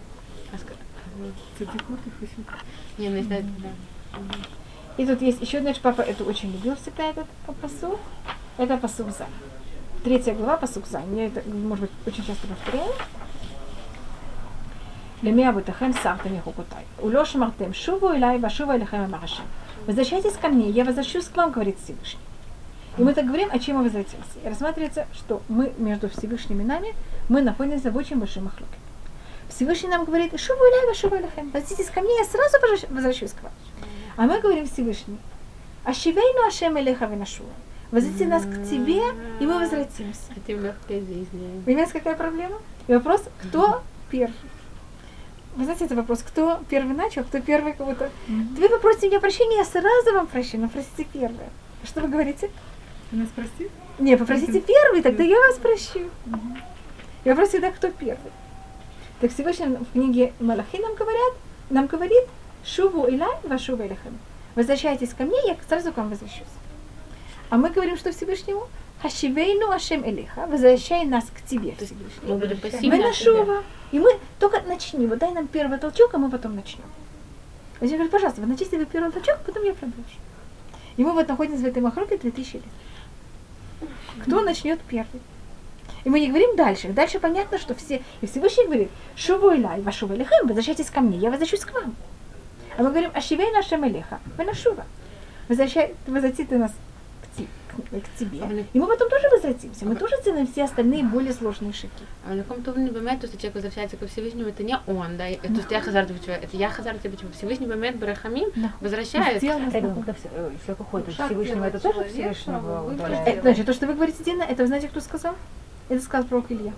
[SPEAKER 4] Не, ну если да.
[SPEAKER 1] И тут есть еще, значит, папа это очень любил всегда, этот пасук. Это пасук Зайн. 3 глава, пасук Зайн. Я это, может быть, очень часто повторяю. למי אבותיכם שרתם יחוקותיי. ולא שמרתם, שובו אליי ושובו אליכם אמר Ашем. Возвращайтесь ко мне, я возвращусь к вам, говорит Всевышний. И мы так говорим, о чем мы возвратимся. И рассматривается, что мы между Всевышним и нами, мы находимся в очень большой махлоке. Всевышний нам говорит, шубу иляй, шубу иляхем. Возвратитесь ко мне, я сразу возвращусь к вам. А мы говорим Всевышний, ашивейну Ашем элеха венашува. Возврати нас к тебе, и мы возвратимся.
[SPEAKER 4] Хотим легкой жизни.
[SPEAKER 1] Понимаете, какая проблема? И вопрос, кто первый? Вы знаете, это вопрос, кто первый начал, кто первый кого-то. Вы попросите меня прощения, я сразу вам прощу, но простите первое. Что вы говорите?
[SPEAKER 3] Ты нас прости?
[SPEAKER 1] Не, попросите первый, тогда я вас прощу. И вопрос всегда, кто первый. Так Всевышний в книге Малахи нам говорит, шуву илай вашува илихем. Возвращайтесь ко мне, я сразу к вам возвращусь. А мы говорим, что Всевышнему, хашивейну Ашем элиха, возвращай нас к тебе, Всевышний.
[SPEAKER 4] Мы были пассивны.
[SPEAKER 1] Мы на шува. И мы только начни, вот дай нам первый толчок, а мы потом начнем. Он говорит, пожалуйста, вы начните вы первый толчок, потом я продолжу. И мы вот находимся в этой махлоке 3000 лет. Кто начнет первый? И мы не говорим дальше. Дальше понятно, что все... И Всевышний говорит, шуву илай, вашува илихем, возвращайтесь ко мне, я возвращусь к вам. А мы говорим, ашивей нашем элиха, вы на шува. Возврати ты нас к тебе. И мы потом тоже возвратимся. Мы тоже сделаем все остальные более сложные шаги.
[SPEAKER 4] А в каком то момент, что человек возвращается ко Всевышнему, это не он, да? То есть я хазар это я хазар Всевышний момент Барахамим возвращает.
[SPEAKER 2] Человек уходит от Всевышнего, это тоже Всевышнего удаляет.
[SPEAKER 1] Значит, то, что вы говорите, Дина, это вы знаете, кто сказал? Это сказал пророк Илья.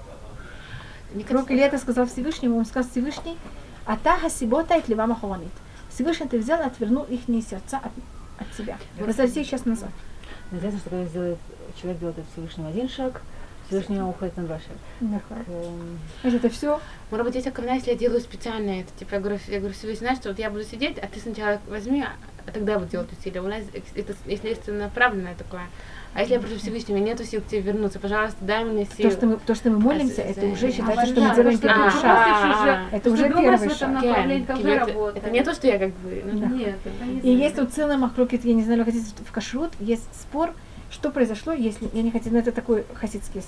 [SPEAKER 1] Пророк Илья это сказал Всевышнему, он сказал Всевышний, ата хасибота и тлива махованит. Всевышний ты взял и отвернул их сердца от тебя. Возврати сейчас назад.
[SPEAKER 2] Интересно, что когда человек делает от Всевышнего один шаг, Всевышний уходит на 2 шага.
[SPEAKER 1] Значит, это все.
[SPEAKER 4] Может быть, есть окна, если я делаю специально это. Типа я говорю Всевышний, знаешь, что вот я буду сидеть, а ты сначала возьми, а тогда я буду делать усилия. У нас это, если есть направленное такое. А если я прошу Всевышнего, у меня нету сил к тебе вернуться, пожалуйста, дай мне сил.
[SPEAKER 1] То, что мы молимся, это уже считается, что мы делаем первый шаг. Это уже первый шаг.
[SPEAKER 4] Это не то, что я как бы...
[SPEAKER 5] Нет, это не
[SPEAKER 1] И есть тут целый махлокет, я не знаю, хотите в кашрут, есть спор, что произошло, если, я не хочу, но это такой хасидский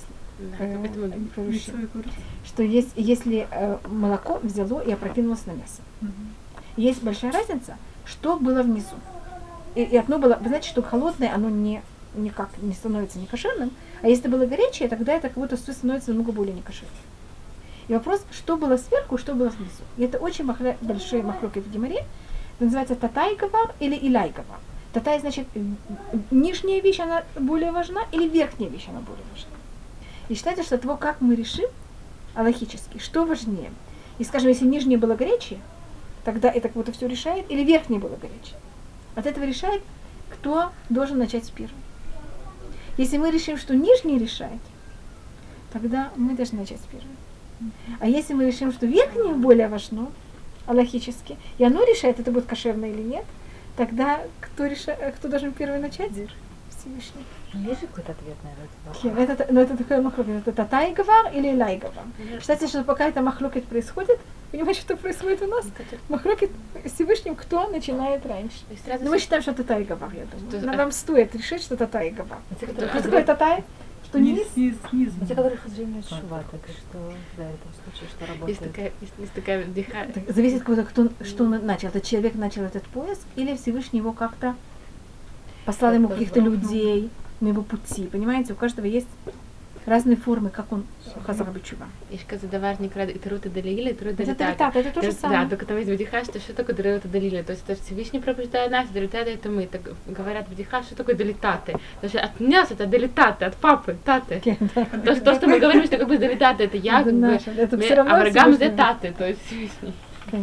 [SPEAKER 1] что если молоко взяло и опрокинулось на мясо. Есть большая разница, что было внизу. И одно было, вы знаете, что холодное, оно никак не становится некошерным, а если было горячее, тогда это как будто становится намного более некошерным. И вопрос, что было сверху, что было внизу. И это очень большой махлокет в Гемаре. Это называется татай гавар или илай гавар. Татай значит нижняя вещь, она более важна, или верхняя вещь, она более важна. И считайте, что от того, как мы решим алахически, что важнее. И скажем, если нижнее было горячее, тогда это как будто все решает, или верхнее было горячее. От этого решает, кто должен начать с первым. Если мы решим, что нижнее решает, тогда мы должны начать с первым. А если мы решим, что верхнее более важно, алахически, и оно решает, это будет кошерно или нет, тогда кто должен первый начать? Всевышний.
[SPEAKER 2] Есть же какой-то ответ на этот вопрос?
[SPEAKER 1] Это такой махлокет. Это татай гавар или лай гавар. Считайте, что пока это махлокет происходит, понимаете, что происходит у нас? Махлокет Всевышним, кто начинает раньше. Но мы считаем, что татай гавар, я думаю. Вам стоит решить, что татай гавар. Что такое татай? Что низ?
[SPEAKER 2] Те, которые хазрим шува, так что в этом случае, что работает?
[SPEAKER 4] Есть такая вдыха.
[SPEAKER 1] Зависит от того, что он начал. Этот человек начал этот поиск, или Всевышний его как-то послал ему каких-то людей на его пути. Понимаете, у каждого есть разные формы, как он хазар бечува.
[SPEAKER 4] Есть казадавар некрад и тарута далили, и тарута
[SPEAKER 1] Это
[SPEAKER 4] далитата.
[SPEAKER 1] это то же самое.
[SPEAKER 4] Да, только там есть вдиха, что такое тарута далили. То есть это Всевышний пробуждает нас, далитата это мы. Так говорят вдиха, что такое далитаты. То есть от нас это далитаты, от папы, таты. То, что мы говорим, что как бы далитаты, это я, как бы, а врагам это таты, то есть Всевышний.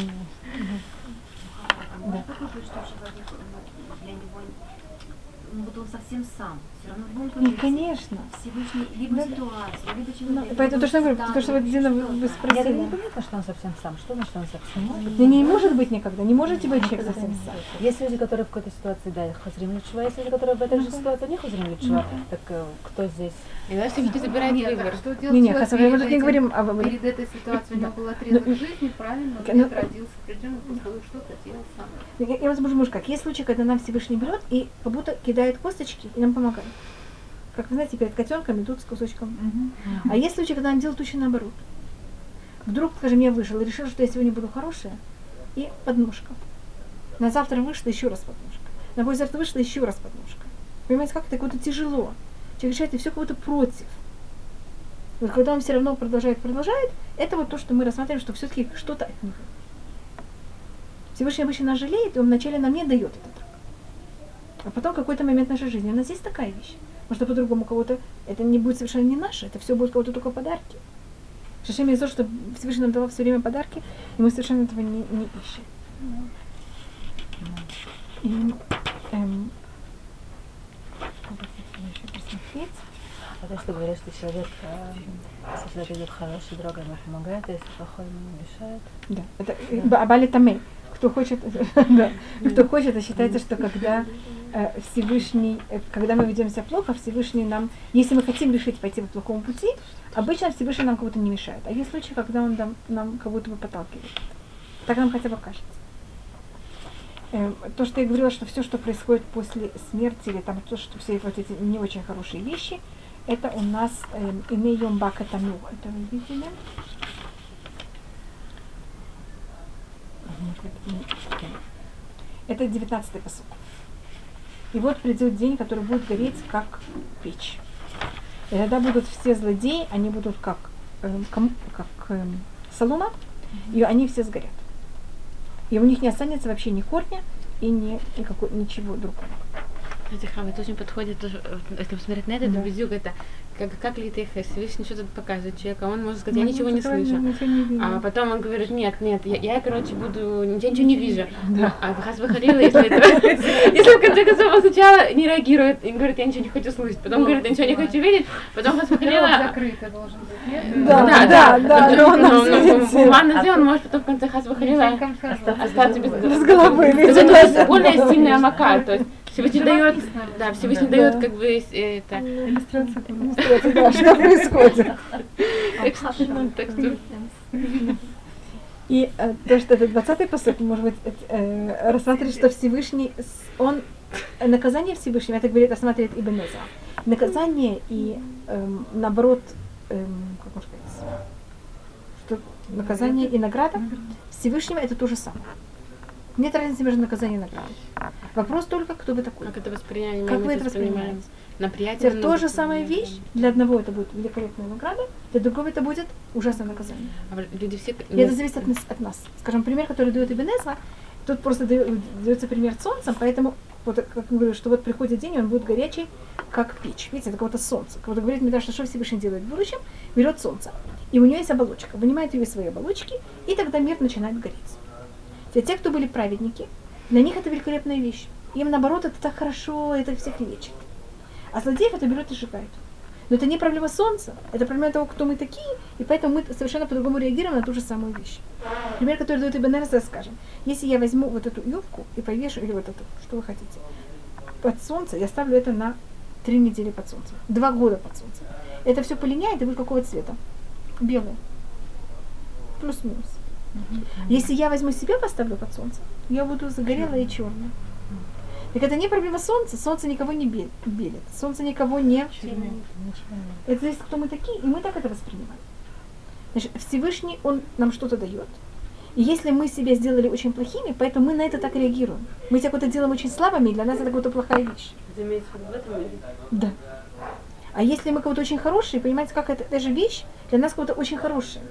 [SPEAKER 3] Вот он совсем сам. Все равно в любом
[SPEAKER 1] случае. Конечно.
[SPEAKER 3] Всевышний либо ситуацию, либо чего-то.
[SPEAKER 1] Поэтому то, что я говорю, то, что вот Дина вы спросили.
[SPEAKER 2] Это непонятно, что он совсем сам. Что значит он совсем может?
[SPEAKER 1] Да не может быть никогда. Не можете быть человек совсем сам.
[SPEAKER 2] Есть люди, которые в какой-то ситуации, да, хазрим личува, есть люди, которые в этой же ситуации не хазрим личува. Так кто здесь?
[SPEAKER 4] И да, Всевышний забирает выбор.
[SPEAKER 5] Что делать
[SPEAKER 1] Не, мы тут не говорим об этом.
[SPEAKER 5] Перед этой ситуацией у него был отрезок жизни, правильно? Он родился в определенных условиях, что-то делал сам.
[SPEAKER 1] Я возможно, как. Есть случаи, когда нам Всевышний берет и как будто кидает косточки и нам помогает. Как вы знаете, перед котенком идут с кусочком. А есть случаи, когда он делает точно наоборот. Вдруг, скажем, я вышел и решил, что я сегодня буду хорошая, и подножка. На завтра вышла еще раз подножка. На послезавтра вышла еще раз подножка. Понимаете, как это как-то тяжело. Человек решает, и все как будто против. Вот когда он все равно продолжает, это вот то, что мы рассматриваем, что все-таки что-то от него. Всевышний обычно нас жалеет, и он вначале нам не дает этот рак. А потом какой-то момент нашей жизни. У нас есть такая вещь. Потому что по-другому кого-то это не будет совершенно не наше, это все будет кого-то только подарки. Шашем из-за того, что Всевышний нам давал все время подарки, и мы совершенно этого не ищем. И, посмотреть.
[SPEAKER 2] А то, что говорят, что человек, если человек идет хорошей дорогой, ему помогает, а если плохой, ему мешает.
[SPEAKER 1] Да, это Бали Тамей. Кто хочет, да, кто хочет, а считается, что когда Всевышний, когда мы ведем себя плохо, Всевышний нам, если мы хотим решить пойти по плохому пути, обычно Всевышний нам кого-то не мешает. А есть случаи, когда он нам как будто бы подталкивает. Так нам хотя бы кажется. То, что я говорила, что все, что происходит после смерти, или там то, что все вот эти не очень хорошие вещи, это у нас имеем бакатану. Это вы видели? Это 19-й посуд. И вот придет день, который будет гореть, как печь. И тогда будут все злодеи, они будут как солома, и они все сгорят. И у них не останется вообще ни корня и ничего другого.
[SPEAKER 4] Знаете, Хава, это очень подходит, если посмотреть на это,
[SPEAKER 1] Да.
[SPEAKER 4] это бедюк, это как Литейх, Всевышний что-то показывает человеку, а он может сказать, я ничего не слышу. А потом он говорит, нет, я короче, я ничего не вижу.
[SPEAKER 1] Да.
[SPEAKER 4] А Хас Бахарила, если в конце концов он сначала не реагирует и говорит, я ничего не хочу слышать, потом говорит, я ничего не хочу видеть, потом Хас Бахарила...
[SPEAKER 5] Закрыто должен быть, нет?
[SPEAKER 1] Да.
[SPEAKER 4] В ванной он может потом в конце Хас Бахарила остаться без
[SPEAKER 1] головы.
[SPEAKER 4] Это более сильная мака, то есть Всевышний дает, да, Всевышний дает как бы это...
[SPEAKER 1] Иллюстрация, да, что происходит.
[SPEAKER 4] Так что...
[SPEAKER 1] И то, что это 20-й посуд, может быть, рассматривает, что Всевышний, он, наказание Всевышнего, это говорит, рассматривает Ибн Эзра. Наказание и, наоборот, как можно сказать, что наказание и награда Всевышнего это то же самое. Нет разницы между наказанием и наградой. Вопрос только, кто вы такой.
[SPEAKER 4] Как это воспринимаем?
[SPEAKER 1] Как вы это воспринимаете?
[SPEAKER 4] На приятие.
[SPEAKER 1] Теперь то же самая вещь, для одного это будет великолепная награда, для другого это будет ужасное наказание.
[SPEAKER 4] А люди все...
[SPEAKER 1] И это зависит от нас. Скажем, пример, который дает Ибн Эзра, тут просто дается пример с солнцем, поэтому, вот, как я говорю, что вот приходит день, и он будет горячий, как печь. Видите, это какое-то солнце. Как говорит Мидраш, что Всевышний делает в будущем, берет солнце, и у нее есть оболочка, вынимает ее из своей оболочки, и тогда мир начинает гореть. Те, кто были праведники, для них это великолепная вещь. Им, наоборот, это так хорошо, это всех лечит. А злодеев это берет и сжигает. Но это не проблема солнца, это проблема того, кто мы такие, и поэтому мы совершенно по-другому реагируем на ту же самую вещь. Пример, который дает Ибн Эзра, скажем, если я возьму вот эту юбку и повешу, или вот эту, что вы хотите, под солнце, я ставлю это на 3 недели под солнцем, 2 года под солнцем. Это все полиняет и будет какого цвета? Белое. Плюс-минус. Если я возьму себя, поставлю под солнце, я буду загорелая и черная. Так это не проблема солнца. Солнце никого не белит. Солнце никого не... Это зависит, кто мы такие, и мы так это воспринимаем. Значит, Всевышний, он нам что-то дает. И если мы себя сделали очень плохими, поэтому мы на это так реагируем. Мы себя кого-то делаем очень слабыми, и для нас это какая-то плохая вещь. Да. А если мы кого-то очень хорошие, понимаете, как это же вещь для нас кого-то очень хорошая.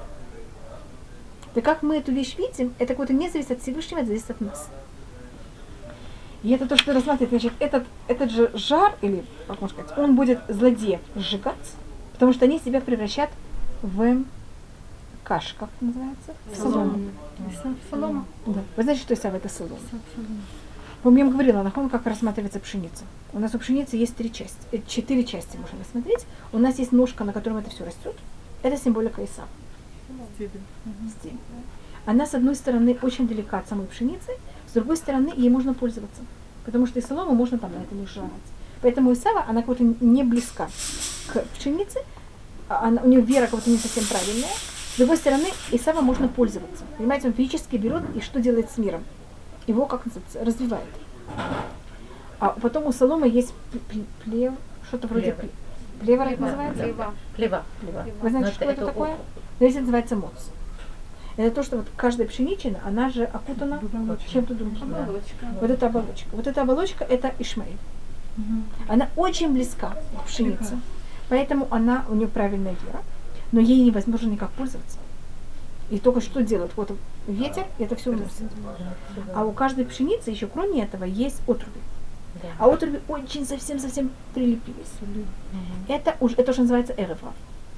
[SPEAKER 1] И как мы эту вещь видим, это какое-то не зависит от Всевышнего, это зависит от нас. И это то, что рассматривает, значит, этот же жар, или, как можно сказать, он будет злодеев сжигать, потому что они себя превращат в каш, как это называется? Солому.
[SPEAKER 5] Солома.
[SPEAKER 1] Да. Вы знаете, что Исав это солома? Я вам говорила, нахон, как рассматривается пшеница. У нас у пшеницы есть 4 части можно рассмотреть. У нас есть ножка, на котором это все растет. Это символика Исава. Стебель. Она, с одной стороны, очень далека от самой пшеницы, с другой стороны, ей можно пользоваться, потому что и солому можно там на этом и жрать. Поэтому Исава, она как-то не близка к пшенице, у нее вера как-то не совсем правильная. С другой стороны, Исава можно пользоваться. Понимаете, он физически берет и что делает с миром? Его, как называется, развивает. А потом у соломы есть что-то вроде плевра это называется?
[SPEAKER 2] Плева.
[SPEAKER 1] Вы знаете, что это такое? Но здесь называется моц. Это то, что вот каждая пшеничина, она же окутана чем-то другим.
[SPEAKER 5] Оболочка.
[SPEAKER 1] Вот эта оболочка. Вот эта оболочка это Ишмаэль. Она очень близка к пшенице. Поэтому она, у нее правильная вера, но ей невозможно никак пользоваться. И только что делает? Вот ветер, и это все уносит. А у каждой пшеницы еще кроме этого есть отруби. А отруби очень совсем прилепились. Это уже называется эреврав.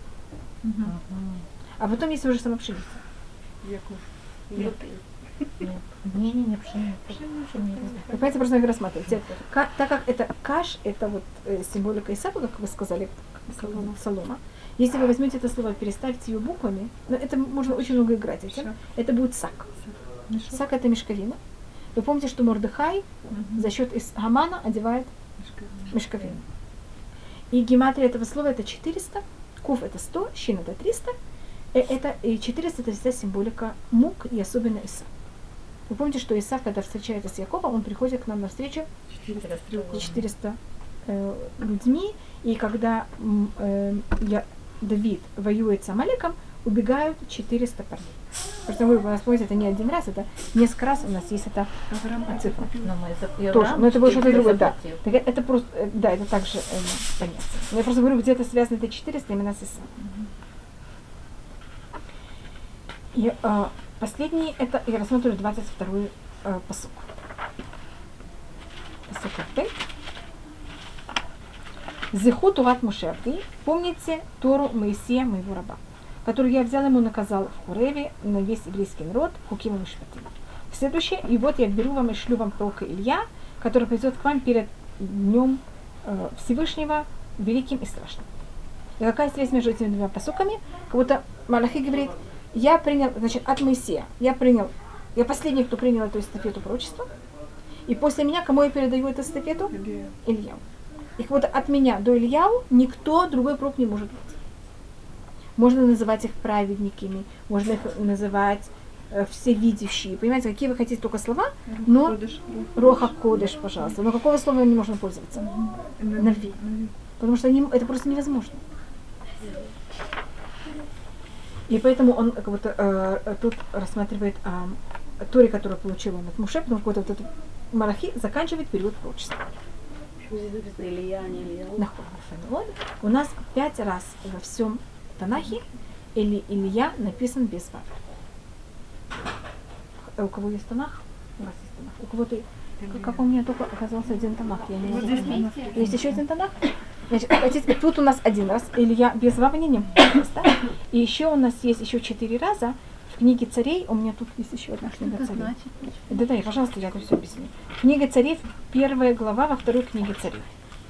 [SPEAKER 1] А потом есть уже сама пшеница.
[SPEAKER 2] Не, пшеница.
[SPEAKER 1] Вы понимаете, просто надо рассматривать. Так как это каш, это вот символика Исаака, как вы сказали, солома. Если вы возьмете это слово, переставьте ее буквами, но это можно очень много играть этим, это будет сак. Сак это мешковина. Вы помните, что Мордехай за счет Гамана одевает мешковину. И гематрия этого слова это 400, кув это 100, щин это 300, и 400 это вся символика мук и особенно Исав. Вы помните, что Исав, когда встречается с Яковом, он приходит к нам навстречу 400 людьми, и когда Давид воюет с Амалеком, убегают 400 парней. Просто вы нас помните, это не один раз, это несколько раз у нас есть эта цифра. Тоже, но это было что-то другое, да. Так это просто, да, это также понятно. Я просто говорю, где-то связано это 400 именно с Исавом. И последний, это я рассмотрю 22-й пасук. Пасук Б. Зеху Турат Мушевты, помните Тору Моисея, моего раба, который я взял ему, наказал в Хореве на весь еврейский народ, Хуким и Мишпатим. Следующее, и вот я беру вам и шлю вам пророка Илья, который придет к вам перед днем Всевышнего, великим и страшным. И какая связь между этими двумя пасуками? Как будто Малахи говорит, я принял, значит, от Моисея, я последний, кто принял эту эстафету пророчества, и после меня, кому я передаю эту эстафету? Ильяу. И как будто от меня до Ильяу никто другой пророк не может быть. Можно называть их праведниками, можно их называть всевидящие. Понимаете, какие вы хотите только слова, но Роха Кодеш, пожалуйста. Но какого слова не можно пользоваться? Нави. Потому что это просто невозможно. И поэтому он как будто тут рассматривает Торе, которую получил он от Муше, потому что вот этот Малахи заканчивает период пророчества. У нас 5 раз во всем Танахе Илья написан без вав. У кого есть Танах? У вас есть Танах. У кого-то, как у меня только оказался один Танах, я не знаю. Есть еще один Танах? Значит, тут у нас один раз Илья без вава не да? И еще у нас есть еще 4 раза в книге царей. У меня тут есть еще одна книга царей. Да, пожалуйста, я это все объясню. Книга царей, 1 глава во 2 книге царей.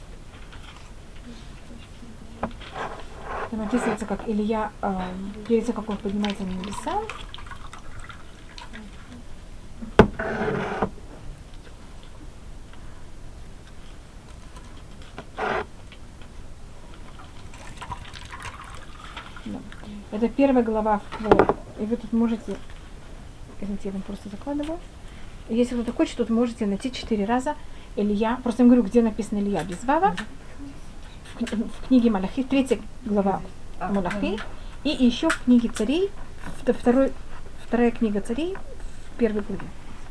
[SPEAKER 1] Там описывается, как Илья, перед тем, как он поднимается на небеса, это 1 глава, и вы тут можете, извините, я вам просто закладываю, если кто-то хочет, тут можете найти 4 раза Илья, просто я говорю, где написано Илья без вава, в книге Малахи, 3 глава Малахи, и еще в книге царей, 2 книга царей, в 1 главе.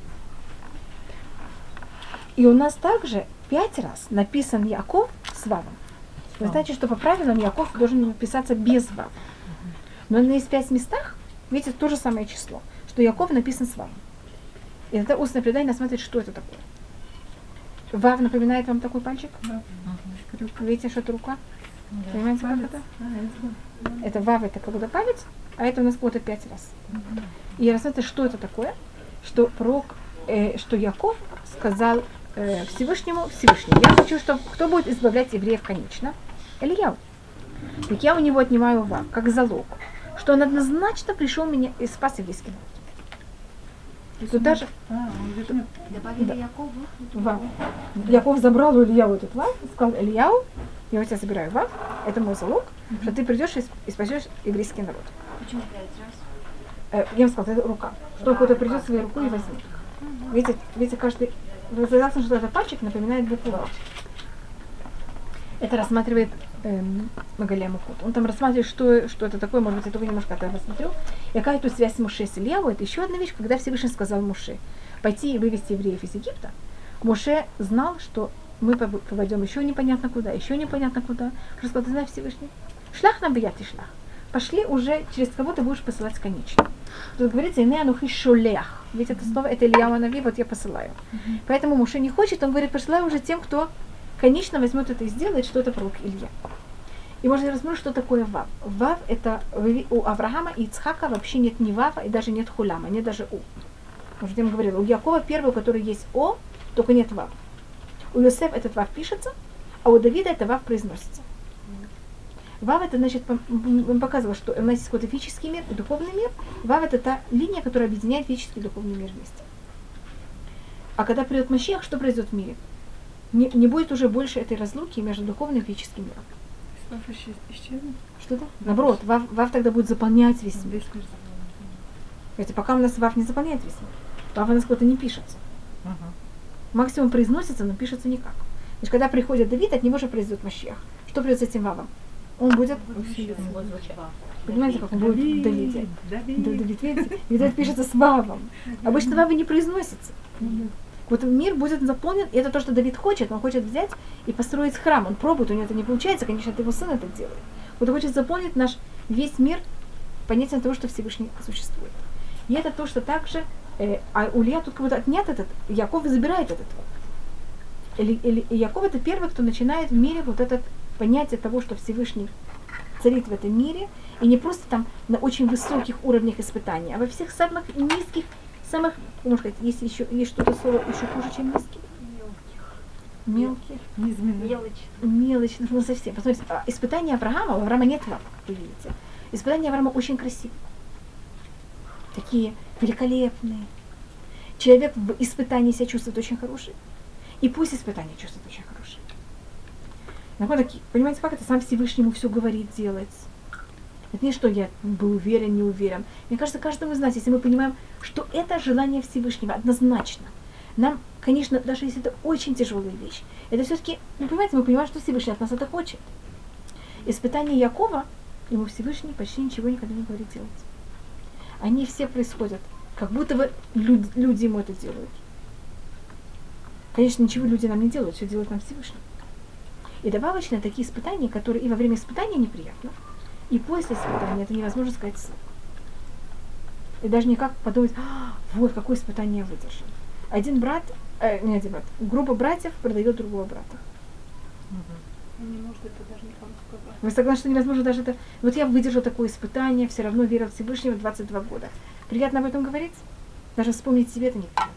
[SPEAKER 1] И у нас также 5 раз написан Яков с вавом. Вы знаете, что по правилам Яков должен писаться без вава. Но на 5 местах, видите, то же самое число, что Яков написан с вавом. И это устное предание смотрит, что это такое. Вав напоминает вам такой пальчик? Да. Видите, что это рука? Да. Понимаете, как это? Это вав, это когда палец, а это у нас вот 5 раз. И рассмотрите, что это такое, что пророк, что Яков сказал Всевышнему, Всевышний, я хочу, чтобы кто будет избавлять евреев конечно? Илья. Так я у него отнимаю вав, как залог, что он однозначно пришел меня и спас еврейский народ. Тут даже
[SPEAKER 3] добавили Якову.
[SPEAKER 1] Вав. Яков забрал у Ильяу этот вав, сказал: Ильяу, я у тебя забираю вав, это мой залог, что ты придешь и спасешь еврейский народ.
[SPEAKER 3] Почему 5 раз?
[SPEAKER 1] Я вам сказала, это рука. Что кто-то придет своей рукой и возьмет. Видите, каждый... Вы что это пальчик напоминает букву вав. Это рассматривает Магалямухот. Он там рассматривает, что это такое, может быть, я только немножко это рассмотрю. И какая тут связь Моше с Ильяву, это еще одна вещь, когда Всевышний сказал Моше пойти и вывести евреев из Египта. Моше знал, что мы попадем еще непонятно куда, Просто сказал, ты знаешь, Всевышний, шлях нам бият и шлях. Пошли уже, через кого ты будешь посылать конечно. Тут говорится, ине анухи шолях. Ведь это слово, это Ильяу Анави, вот я посылаю. Поэтому Моше не хочет, он говорит, посылаю уже тем, кто конечно возьмет это и сделает, что это пророк Илья. И можно рассмотреть, что такое вав. Вав это у Авраама и Ицхака вообще нет ни вава и даже нет хуляма, нет даже у. Может, я вам говорила, у Якова первый, у которого есть о, только нет вав. У Йосефа этот вав пишется, а у Давида это вав произносится. Вав это значит, он показывал, что у нас есть какой-то физический мир и духовный мир. Вав это та линия, которая объединяет физический и духовный мир вместе. А когда придет Машиах, что произойдет в мире? Не будет уже больше этой разлуки между духовным и физическим миром.
[SPEAKER 3] Вав исчезнет?
[SPEAKER 1] Что-то? Наоборот, вав тогда будет заполнять весь мир. Хотя пока у нас вав не заполняет весь мир. Вав у нас куда-то не пишется. Максимум произносится, но пишется никак. Значит, когда приходит Давид, от него же произойдет Машиах. Что придет с этим вавом? Он будет... Понимаете, как он будет в Давиде? Давид, видите? Давид пишется с вавом. Обычно вавы не произносятся. Вот мир будет заполнен, и это то, что Давид хочет. Он хочет взять и построить храм. Он пробует, у него это не получается, конечно, это его сын это делает. Вот он хочет заполнить наш весь мир понятием того, что Всевышний существует. И это то, что также... а у Илья тут как будто отнят этот... Яков забирает этот вот. Яков это первый, кто начинает в мире вот это понятие того, что Всевышний царит в этом мире, и не просто там на очень высоких уровнях испытаний, а во всех самых низких, самых, можно сказать, если еще есть что-то слово еще хуже, чем низкий. Мелких. Мелочь, ну совсем. Посмотрите, испытания Авраама, у Авраама нет вав, как вы видите. Испытания Авраама очень красивые. Такие великолепные. Человек в испытании себя чувствует очень хороший. И после испытания чувствует очень хороший. Понимаете, как это сам Всевышний ему все говорит, делает. Это не что я был уверен, не уверен. Мне кажется, каждому из нас, если мы понимаем, что это желание Всевышнего однозначно. Нам, конечно, даже если это очень тяжелая вещь, это все-таки, понимаете, мы понимаем, что Всевышний от нас это хочет. Испытание Якова, ему Всевышний почти ничего никогда не говорит делать. Они все происходят, как будто бы люди ему это делают. Конечно, ничего люди нам не делают, все делают нам Всевышний. И добавочно такие испытания, которые и во время испытания неприятно, и после испытания это невозможно сказать вслух. И даже никак подумать, вот какое испытание я выдержал. Группа братьев продает другого брата.
[SPEAKER 5] Он не может это даже никому сказать.
[SPEAKER 1] Вы согласны, что невозможно даже это... Вот я выдержал такое испытание, все равно верил в Всевышнего 22 года. Приятно об этом говорить? Даже вспомнить себе это неприятно.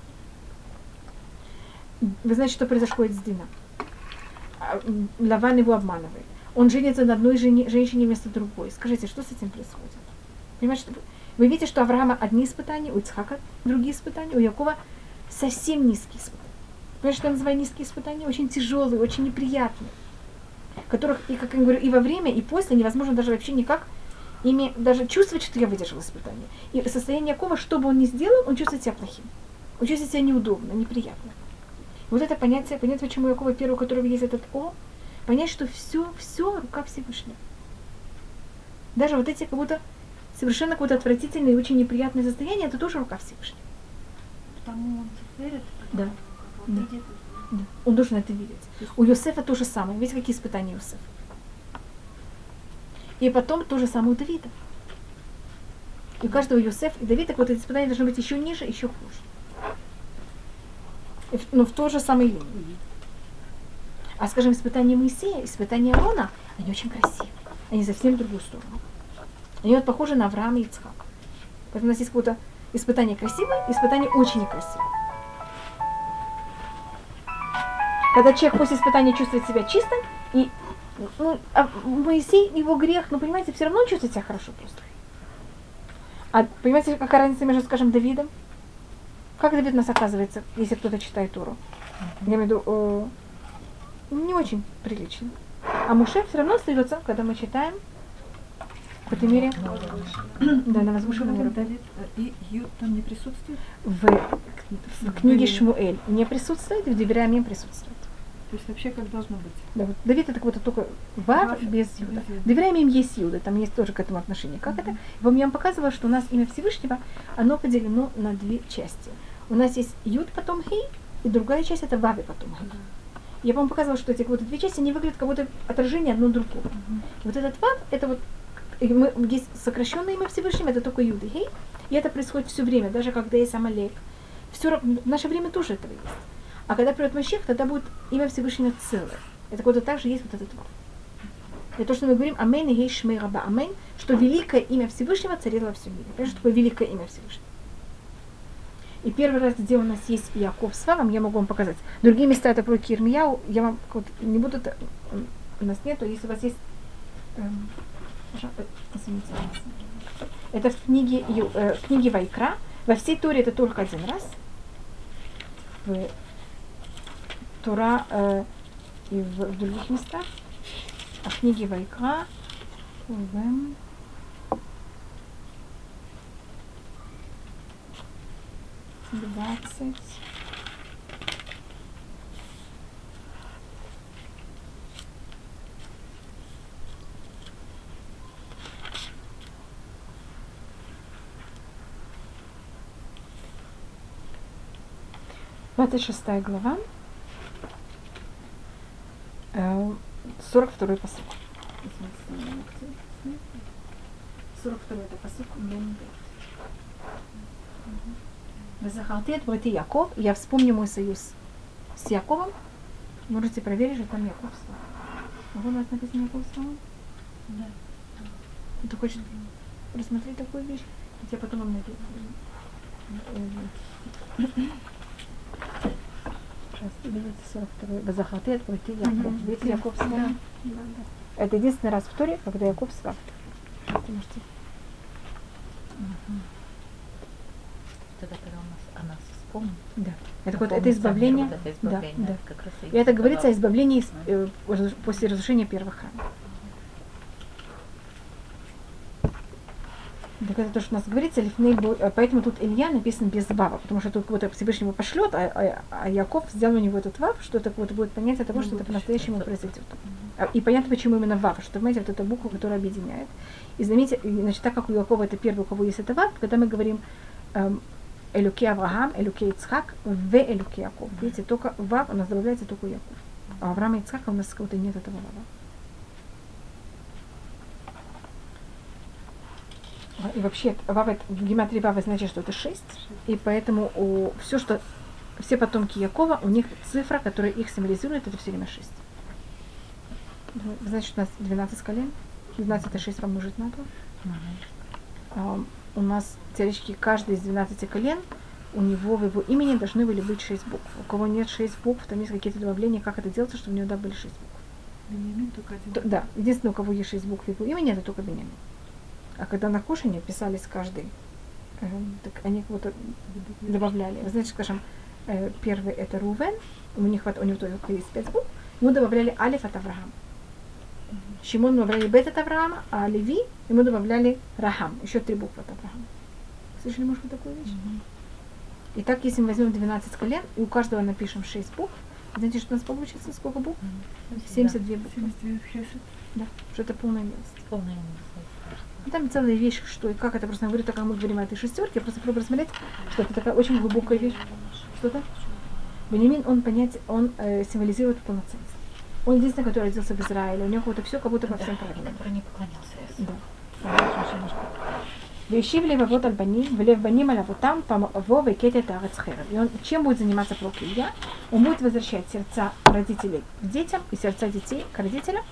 [SPEAKER 1] Вы знаете, что происходит с Дина? Лаван его обманывает. Он женится на одной женщине вместо другой. Скажите, что с этим происходит? Понимаете, что вы видите, что у Авраама одни испытания, у Ицхака другие испытания, у Якова совсем низкие испытания. Понимаете, что я называю низкие испытания? Очень тяжелые, очень неприятные. Которых, и, как я говорю, и во время, и после невозможно даже вообще никак ими даже чувствовать, что я выдержал испытание. И состояние Якова, что бы он ни сделал, он чувствует себя плохим. Он чувствует себя неудобно, неприятно. Вот это понятие, почему Якова первого, у которого есть этот О, понять, что все рука Всевышнего. Даже вот эти как будто совершенно какое-то отвратительное и очень неприятное состояние, это тоже рука Всевышнего.
[SPEAKER 3] Потому он верит,
[SPEAKER 1] да.
[SPEAKER 3] Он
[SPEAKER 1] Да.
[SPEAKER 3] видит.
[SPEAKER 1] Да. Он должен это видеть. У Йосефа то же самое. Видите, какие испытания Йосефа. И потом то же самое у Давида. И у каждого Йосефа и Давида вот эти испытания должны быть еще ниже, еще хуже. Но в той же самой линии. А, скажем, испытания Моисея, испытания Аарона, они очень красивые. Они совсем в другую сторону. Они вот похожи на Авраама и Ицхака. Поэтому у нас есть какое-то испытание красивое, испытание очень некрасивое. Когда человек после испытания чувствует себя чистым, и Моисей, его грех, понимаете, все равно он чувствует себя хорошо просто. А понимаете, какая разница между, скажем, Давидом? Как Давид у нас оказывается, если кто-то читает Тору? Я имею в виду, не очень прилично. А Моше все равно остается, когда мы читаем, в этой мере, да, на возвышенном уровне.
[SPEAKER 3] Давид и Юд там не присутствует?
[SPEAKER 1] В книге Шмуэль не присутствует, в Девреамим присутствует.
[SPEAKER 3] То есть вообще как должно быть.
[SPEAKER 1] Да, вот Давид это как будто только Вав
[SPEAKER 3] Вав
[SPEAKER 1] без
[SPEAKER 3] без
[SPEAKER 1] Юда.
[SPEAKER 3] Юда.
[SPEAKER 1] Доверяем им есть Юда, там есть тоже к этому отношение. Как это? Я вам показывала, что у нас имя Всевышнего, оно поделено на две части. У нас есть Юд, потом Хей, и другая часть это Вав и потом Хей. Я вам показывала, что эти как будто две части, они выглядят как будто отражение одно другого. Вот этот Вав, это вот, есть сокращенное имя Всевышнего, это только Юд и Хей, и это происходит все время, даже когда есть Амалек. В наше время тоже этого есть. А когда придет Машех, тогда будет имя Всевышнего целое. Это как будто также есть вот этот Вав. Это то, что мы говорим Амен и Гей Шмей Раба Амен, что великое имя Всевышнего царило во всем мире. Понимаешь, что такое великое имя Всевышнего? И первый раз, где у нас есть Иаков с Вавом, я могу вам показать. Другие места это про Ирмияу, я вам вот, не буду, у нас нету, если у вас есть, извините, это в книге Вайкра, во всей Торе это только один раз, в Тора и в других местах, а в книге Вайкра, в 20. Двадцать 6 глава, 42 посук. 42 это посук Мем Бет. Захарти от брати Яков, я вспомню мой союз с Яковом. Можете проверить, что там Яков стал. Могу у вас написано Яков стал?
[SPEAKER 3] Да.
[SPEAKER 1] Ты хочешь рассмотреть такую вещь? Я потом вам найду. Сейчас, видите, 42. Захарти от брати Яков. Видите, Яков стал? Это единственный раз в Торе, когда Яков стал. Можете.
[SPEAKER 2] Это когда у нас о нас вспомнит.
[SPEAKER 1] Да. Это, вот, это избавление.
[SPEAKER 2] Вот это избавление.
[SPEAKER 1] Да.
[SPEAKER 2] Как раз
[SPEAKER 1] И это говорится о избавлении после разрушения первых храмов. Так это то, что у нас говорится, поэтому тут Илья написан без Вава, потому что тут вот Всевышний его пошлет, а Яков сделал у него этот Вав, что это вот будет понятие того, что это по-настоящему произойдет. И понятно, почему именно Вав, что, понимаете, вот эта буква, которая объединяет. И заметьте, значит, так как у Якова это первый, у кого есть это Вав, когда мы говорим Элюкей Авраам, Элюкей Ицхак, В Элюкей Яков. Видите, только Вав у нас добавляется только у Якова. А у Авраама и Ицхака у нас кого-то нет этого Вава. И вообще, Вав, в гематрии Вава значит, что это 6, и поэтому все потомки Якова, у них цифра, которая их символизирует, это все время 6. Значит, у нас 12 колен, 12 это 6 помножить на 2. У нас, теоретически, каждый из 12 колен, у него в его имени должны были быть 6 букв. У кого нет 6 букв, там есть какие-то добавления, как это делается, чтобы у него были 6 букв.
[SPEAKER 3] Беньямин только один.
[SPEAKER 1] Да, единственное, у кого есть 6 букв в его имени, это только Беньямин. А когда на кушанье писались каждый, так они кого-то добавляли. Вы знаете, скажем, первый это Рувен, у него только есть 5 букв, ему добавляли Алиф от Авраама. Шимон добавляли Бет от Авраама, а Леви ему добавляли Рахам, еще 3 буквы от Авраама. Слышали, может быть, такую вещь? И так, если мы возьмем 12 колен, и у каждого напишем 6 букв, знаете, что у нас получится? Сколько букв? 72 буквы.
[SPEAKER 3] 72 хесед.
[SPEAKER 1] Да, что это полная милость.
[SPEAKER 2] Полная милость.
[SPEAKER 1] Там целая вещь, что и как это, просто говорю, так как мы говорим о этой шестерке, я просто пробую рассмотреть, что это такая очень глубокая вещь. Что-то? Беньямин, он символизирует полноценность. Он единственный, который родился в Израиле, у него вот все как будто во всем правильно.
[SPEAKER 2] Который не поклонялся.
[SPEAKER 1] Да. Вещив левовод аль-баним, влев баним аль-авутам, помово векетет арацхеров. И он чем будет заниматься пророк Илья? Он будет возвращать сердца родителей к детям и сердца детей к родителям,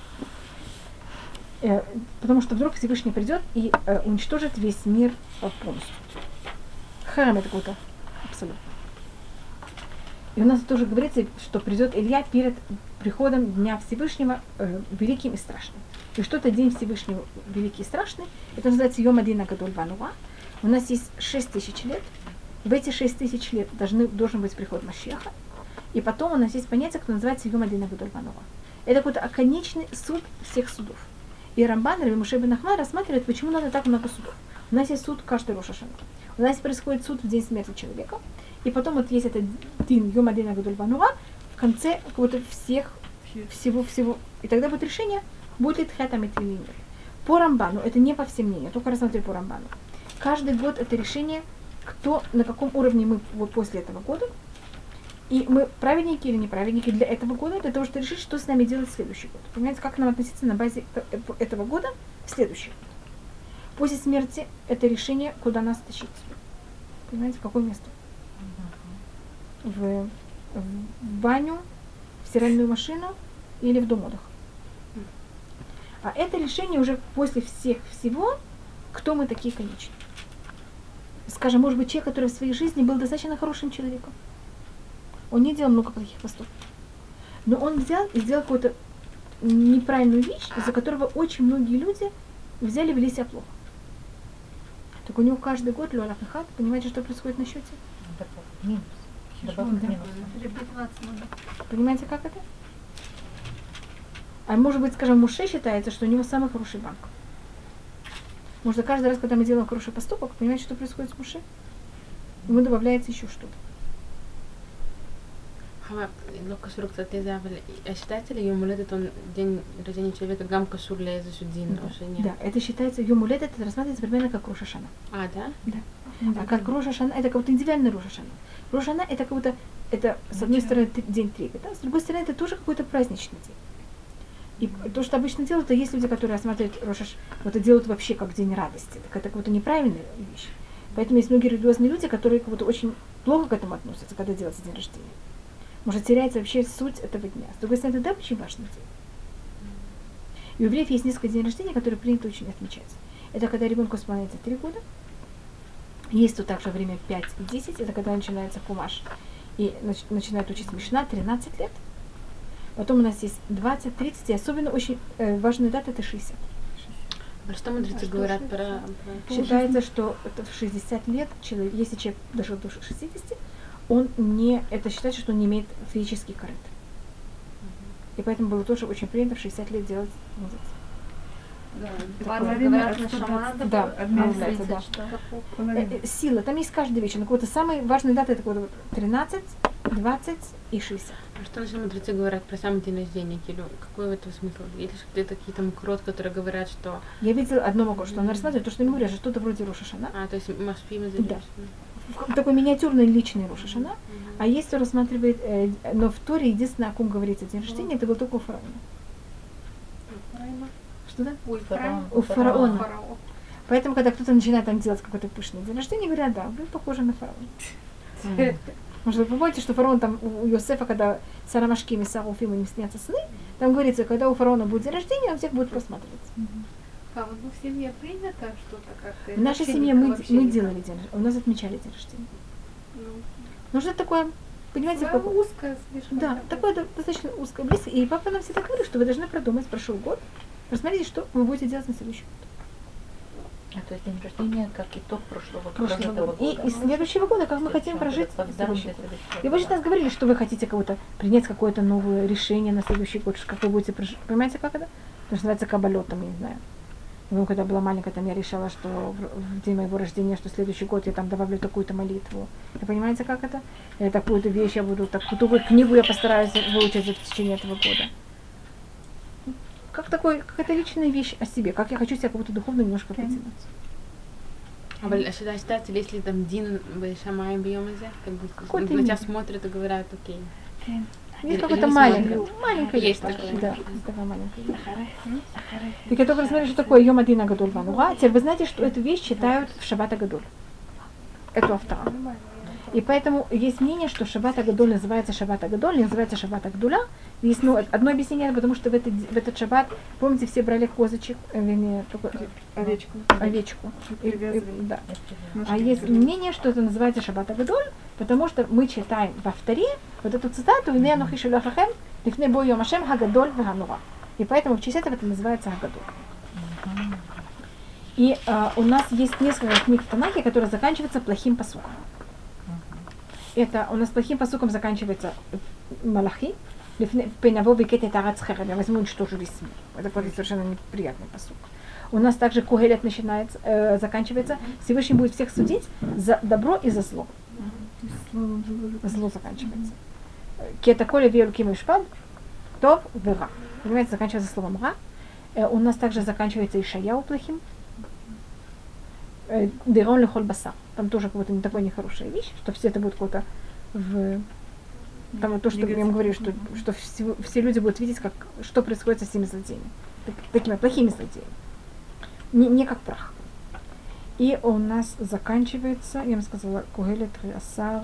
[SPEAKER 1] потому что вдруг Всевышний придет и уничтожит весь мир полностью. Херем это какой-то абсолютно. И у нас тоже говорится, что придет Илья перед приходом Дня Всевышнего великим и страшным. И что это День Всевышнего великий и страшный? Это называется Йом Адин Агадоль Вануа. У нас есть 6000 лет. В эти 6000 лет должен быть приход Машеха. И потом у нас есть понятие, которое называется Йом Адин Агадоль Вануа. Это какой-то оконечный суд всех судов. И Рамбан, Раби Моше бен Нахман рассматривает, почему надо так много судов. У нас есть суд каждый Рош ха-Шана. У нас происходит суд в день смерти человека. И потом вот есть этот Дин Йом Адин Агадоль Вануа, конце какого-то всего. И тогда будет решение, будет хэтам или нет. По Рамбану, это не по всем мнениям, только рассмотрим по Рамбану. Каждый год это решение, кто, на каком уровне мы вот после этого года, и мы праведники или неправедники для этого года, для того, чтобы решить, что с нами делать в следующий год. Понимаете, как нам относиться на базе этого года в следующий год. После смерти это решение, куда нас тащить. Понимаете, в какое место? В баню, в стиральную машину или в дом отдыха. А это решение уже после всего, кто мы такие конечно. Скажем, может быть, человек, который в своей жизни был достаточно хорошим человеком. Он не делал много плохих поступков. Но он взял и сделал какую-то неправильную вещь, из-за которого очень многие люди взяли и вели себя плохо. Так у него каждый год Лёля Хат, понимаете, что происходит на счете?
[SPEAKER 2] Минус. Добавить минус.
[SPEAKER 1] Понимаете, как это? А может быть, скажем, Муше считается, что у него самый хороший банк. Может, каждый раз, когда мы делаем хороший поступок, понимаете, что происходит с Муше? Ему добавляется еще что-то.
[SPEAKER 4] לא קשור קצת לזה, אבל считается ли יום הולדת он день рождения человека גם קשור לאיזשהו דין או שני?
[SPEAKER 1] Да, это считается, Йом Уледет, это рассматривается примерно как Рош ха-Шана.
[SPEAKER 4] А, да?
[SPEAKER 1] Да. А как Рош ха-Шана, это как будто индивидуальный Рош ха-Шана. Рош ха-Шана это как будто, это с одной стороны день трепета, с другой стороны это тоже какой-то праздничный день. И то, что обычно делают, это есть люди, которые рассматривают Рош ха-Шана, вот это делают вообще как день радости. Так это какая-то неправильная вещь. Поэтому есть многие религиозные люди, которые как будто очень плохо к этому относятся, когда делается день рождения. Может, теряется вообще суть этого дня. С другой стороны, это очень важный день. И у евреев есть несколько дней рождения, которые принято очень отмечать. Это когда ребенку исполняется 3 года. Есть тут также время 5 и 10. Это когда начинается Хумаш. И начинает учить Мишна 13 лет. Потом у нас есть 20, 30. И особенно очень важная дата это 60.
[SPEAKER 4] А что мудрецы говорят про...
[SPEAKER 1] Считается, что это в 60 лет, если человек дошел до 60, он не, это считается, что он не имеет физический корыт. И поэтому было тоже очень принято в 60 лет делать да, обновляется, да. Сила, там есть каждая вещь, но какая-то самая важная дата это вот 13, 20 и 60.
[SPEAKER 4] А что наши мудрецы говорят про сам день рождения, Килю? Какой в этом смысл? Есть ли где-то какие-то макрот, которые говорят, что...
[SPEAKER 1] Я видела одно макрот, что она рассматривает, то, что им говорят, что что-то вроде Рош ха-Шана.
[SPEAKER 4] А, то есть Машпим из-за
[SPEAKER 1] да. Такой миниатюрный личный Рош ха-Шана. А есть, кто рассматривает, но в Торе единственное, о ком говорится день рождения, это был только у фараона. Что да? У фараона. Поэтому, когда кто-то начинает там делать какой-то пышный день рождения, говорят, да, вы похожи на фараона. Может, вы помните, что фараон там у Йосефа, когда Сара Машким и Сара Уфим им снятся сны, там говорится, когда у фараона будет день рождения, он всех будет просматривать.
[SPEAKER 5] А вот в семье принято что-то как-то?
[SPEAKER 1] В нашей семье мы делали день рождения, у нас отмечали день рождения. Ну что такое, понимаете, как...
[SPEAKER 5] узкое слишком.
[SPEAKER 1] Да, такое достаточно узкое, близкое. И папа нам всегда говорит, что вы должны продумать, прошел год, посмотрите, что вы будете делать на следующий год.
[SPEAKER 2] А то есть день рождения как итог прошлого года.
[SPEAKER 1] И следующего года, как мы хотим прожить следующий год. И вы же нас говорили, что вы хотите кого-то принять какое-то новое решение на следующий год, как вы будете прожить. Понимаете, как это? Это называется кабалет, там, я не знаю. Ну, когда была маленькая, там я решала, что в день моего рождения, что следующий год я там добавлю такую-то молитву. Вы понимаете, как это? Или такую-то вещь я буду, такую книгу я постараюсь выучить в течение этого года. Как такой, какая-то личная вещь о себе, как я хочу себя как будто духовно немножко потянуть.
[SPEAKER 4] А считается ли, если там Дин Шамаем бьем как бы на тебя смотрят и говорят, окей.
[SPEAKER 1] Есть какое-то маленькое
[SPEAKER 4] есть
[SPEAKER 1] такое.
[SPEAKER 4] такое.
[SPEAKER 1] Да, такая маленькая. Так я только смотрю, что такое Йом Адин Агадоль Вануа. Теперь вы знаете, что эту вещь читают в Шаббат Агадоль. Эту автору. И поэтому есть мнение, что Шаббат Агадоль называется Шаббат Агадоль, не называется Шаббат Агдуля. Есть одно объяснение, потому что в этот шаббат, помните, все брали козочек, овечку. Да. А есть мнение, что это называется Шаббат Агадоль, потому что мы читаем во вторе вот эту цитату «Ине анохи шелах лахем лифней бо йом Ашем хагадоль вегануа». И поэтому в честь этого это называется Агадоль. И у нас есть несколько книг в Танахе, которые заканчиваются плохим пасуком. Это у нас плохим пасуком заканчивается Малахи. Я возьму уничтожу весь мир. Это совершенно неприятный пасук. У нас также Когелет начинается, заканчивается. Всевышний будет всех судить за добро и за зло. Зло заканчивается. Кетаколя виолким и шпад, тов вера. Понимаете, заканчивается словом ра. У нас также заканчивается Ишаяу плохим. Дерон лихоль баса. Там тоже как будто не такая нехорошая вещь, что все это будет какое-то в... Там вот то, что я вам говорю, что все люди будут видеть, что происходит со всеми злодеями. Такими плохими злодеями. Не как прах. И у нас заканчивается, я вам сказала, Кугелет, Риасар,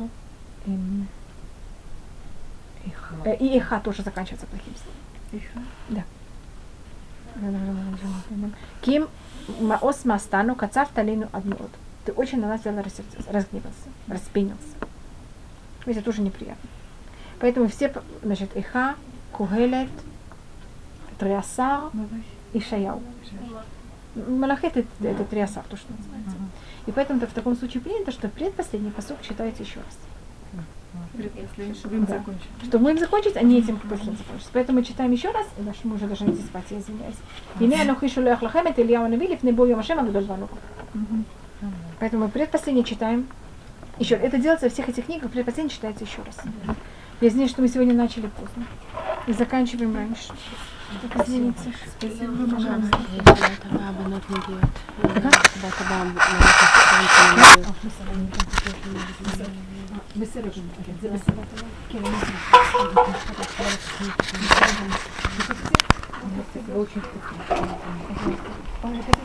[SPEAKER 1] и Иха тоже заканчивается плохим словом. Да. Ким маос мастану кацав талину адмиот. Ты очень на нас взяла разгневался, распенился. Это тоже неприятно. Поэтому все, значит, Иха, Кугелет, Триасар и Шаяу. Малахет это Триасар, то, что называется. И поэтому в таком случае принято, что предпоследний пасук читается еще раз.
[SPEAKER 3] Чтобы закончить.
[SPEAKER 1] Чтобы им закончить, а не этим плохим закончить. Поэтому мы читаем еще раз, и мы уже должны идти спать, я извиняюсь. Ине анухи шулех лахем, это Ильяу Навилев, не бою Машем, Агадоль Вануха. Поэтому мы предпоследний читаем еще. Это делается во всех этих книгах, предпоследний читается еще раз. Я извиняюсь, что мы сегодня начали поздно. И заканчиваем раньше. Так, извините.
[SPEAKER 3] Спасибо, пожалуйста.
[SPEAKER 2] Очень вкусно.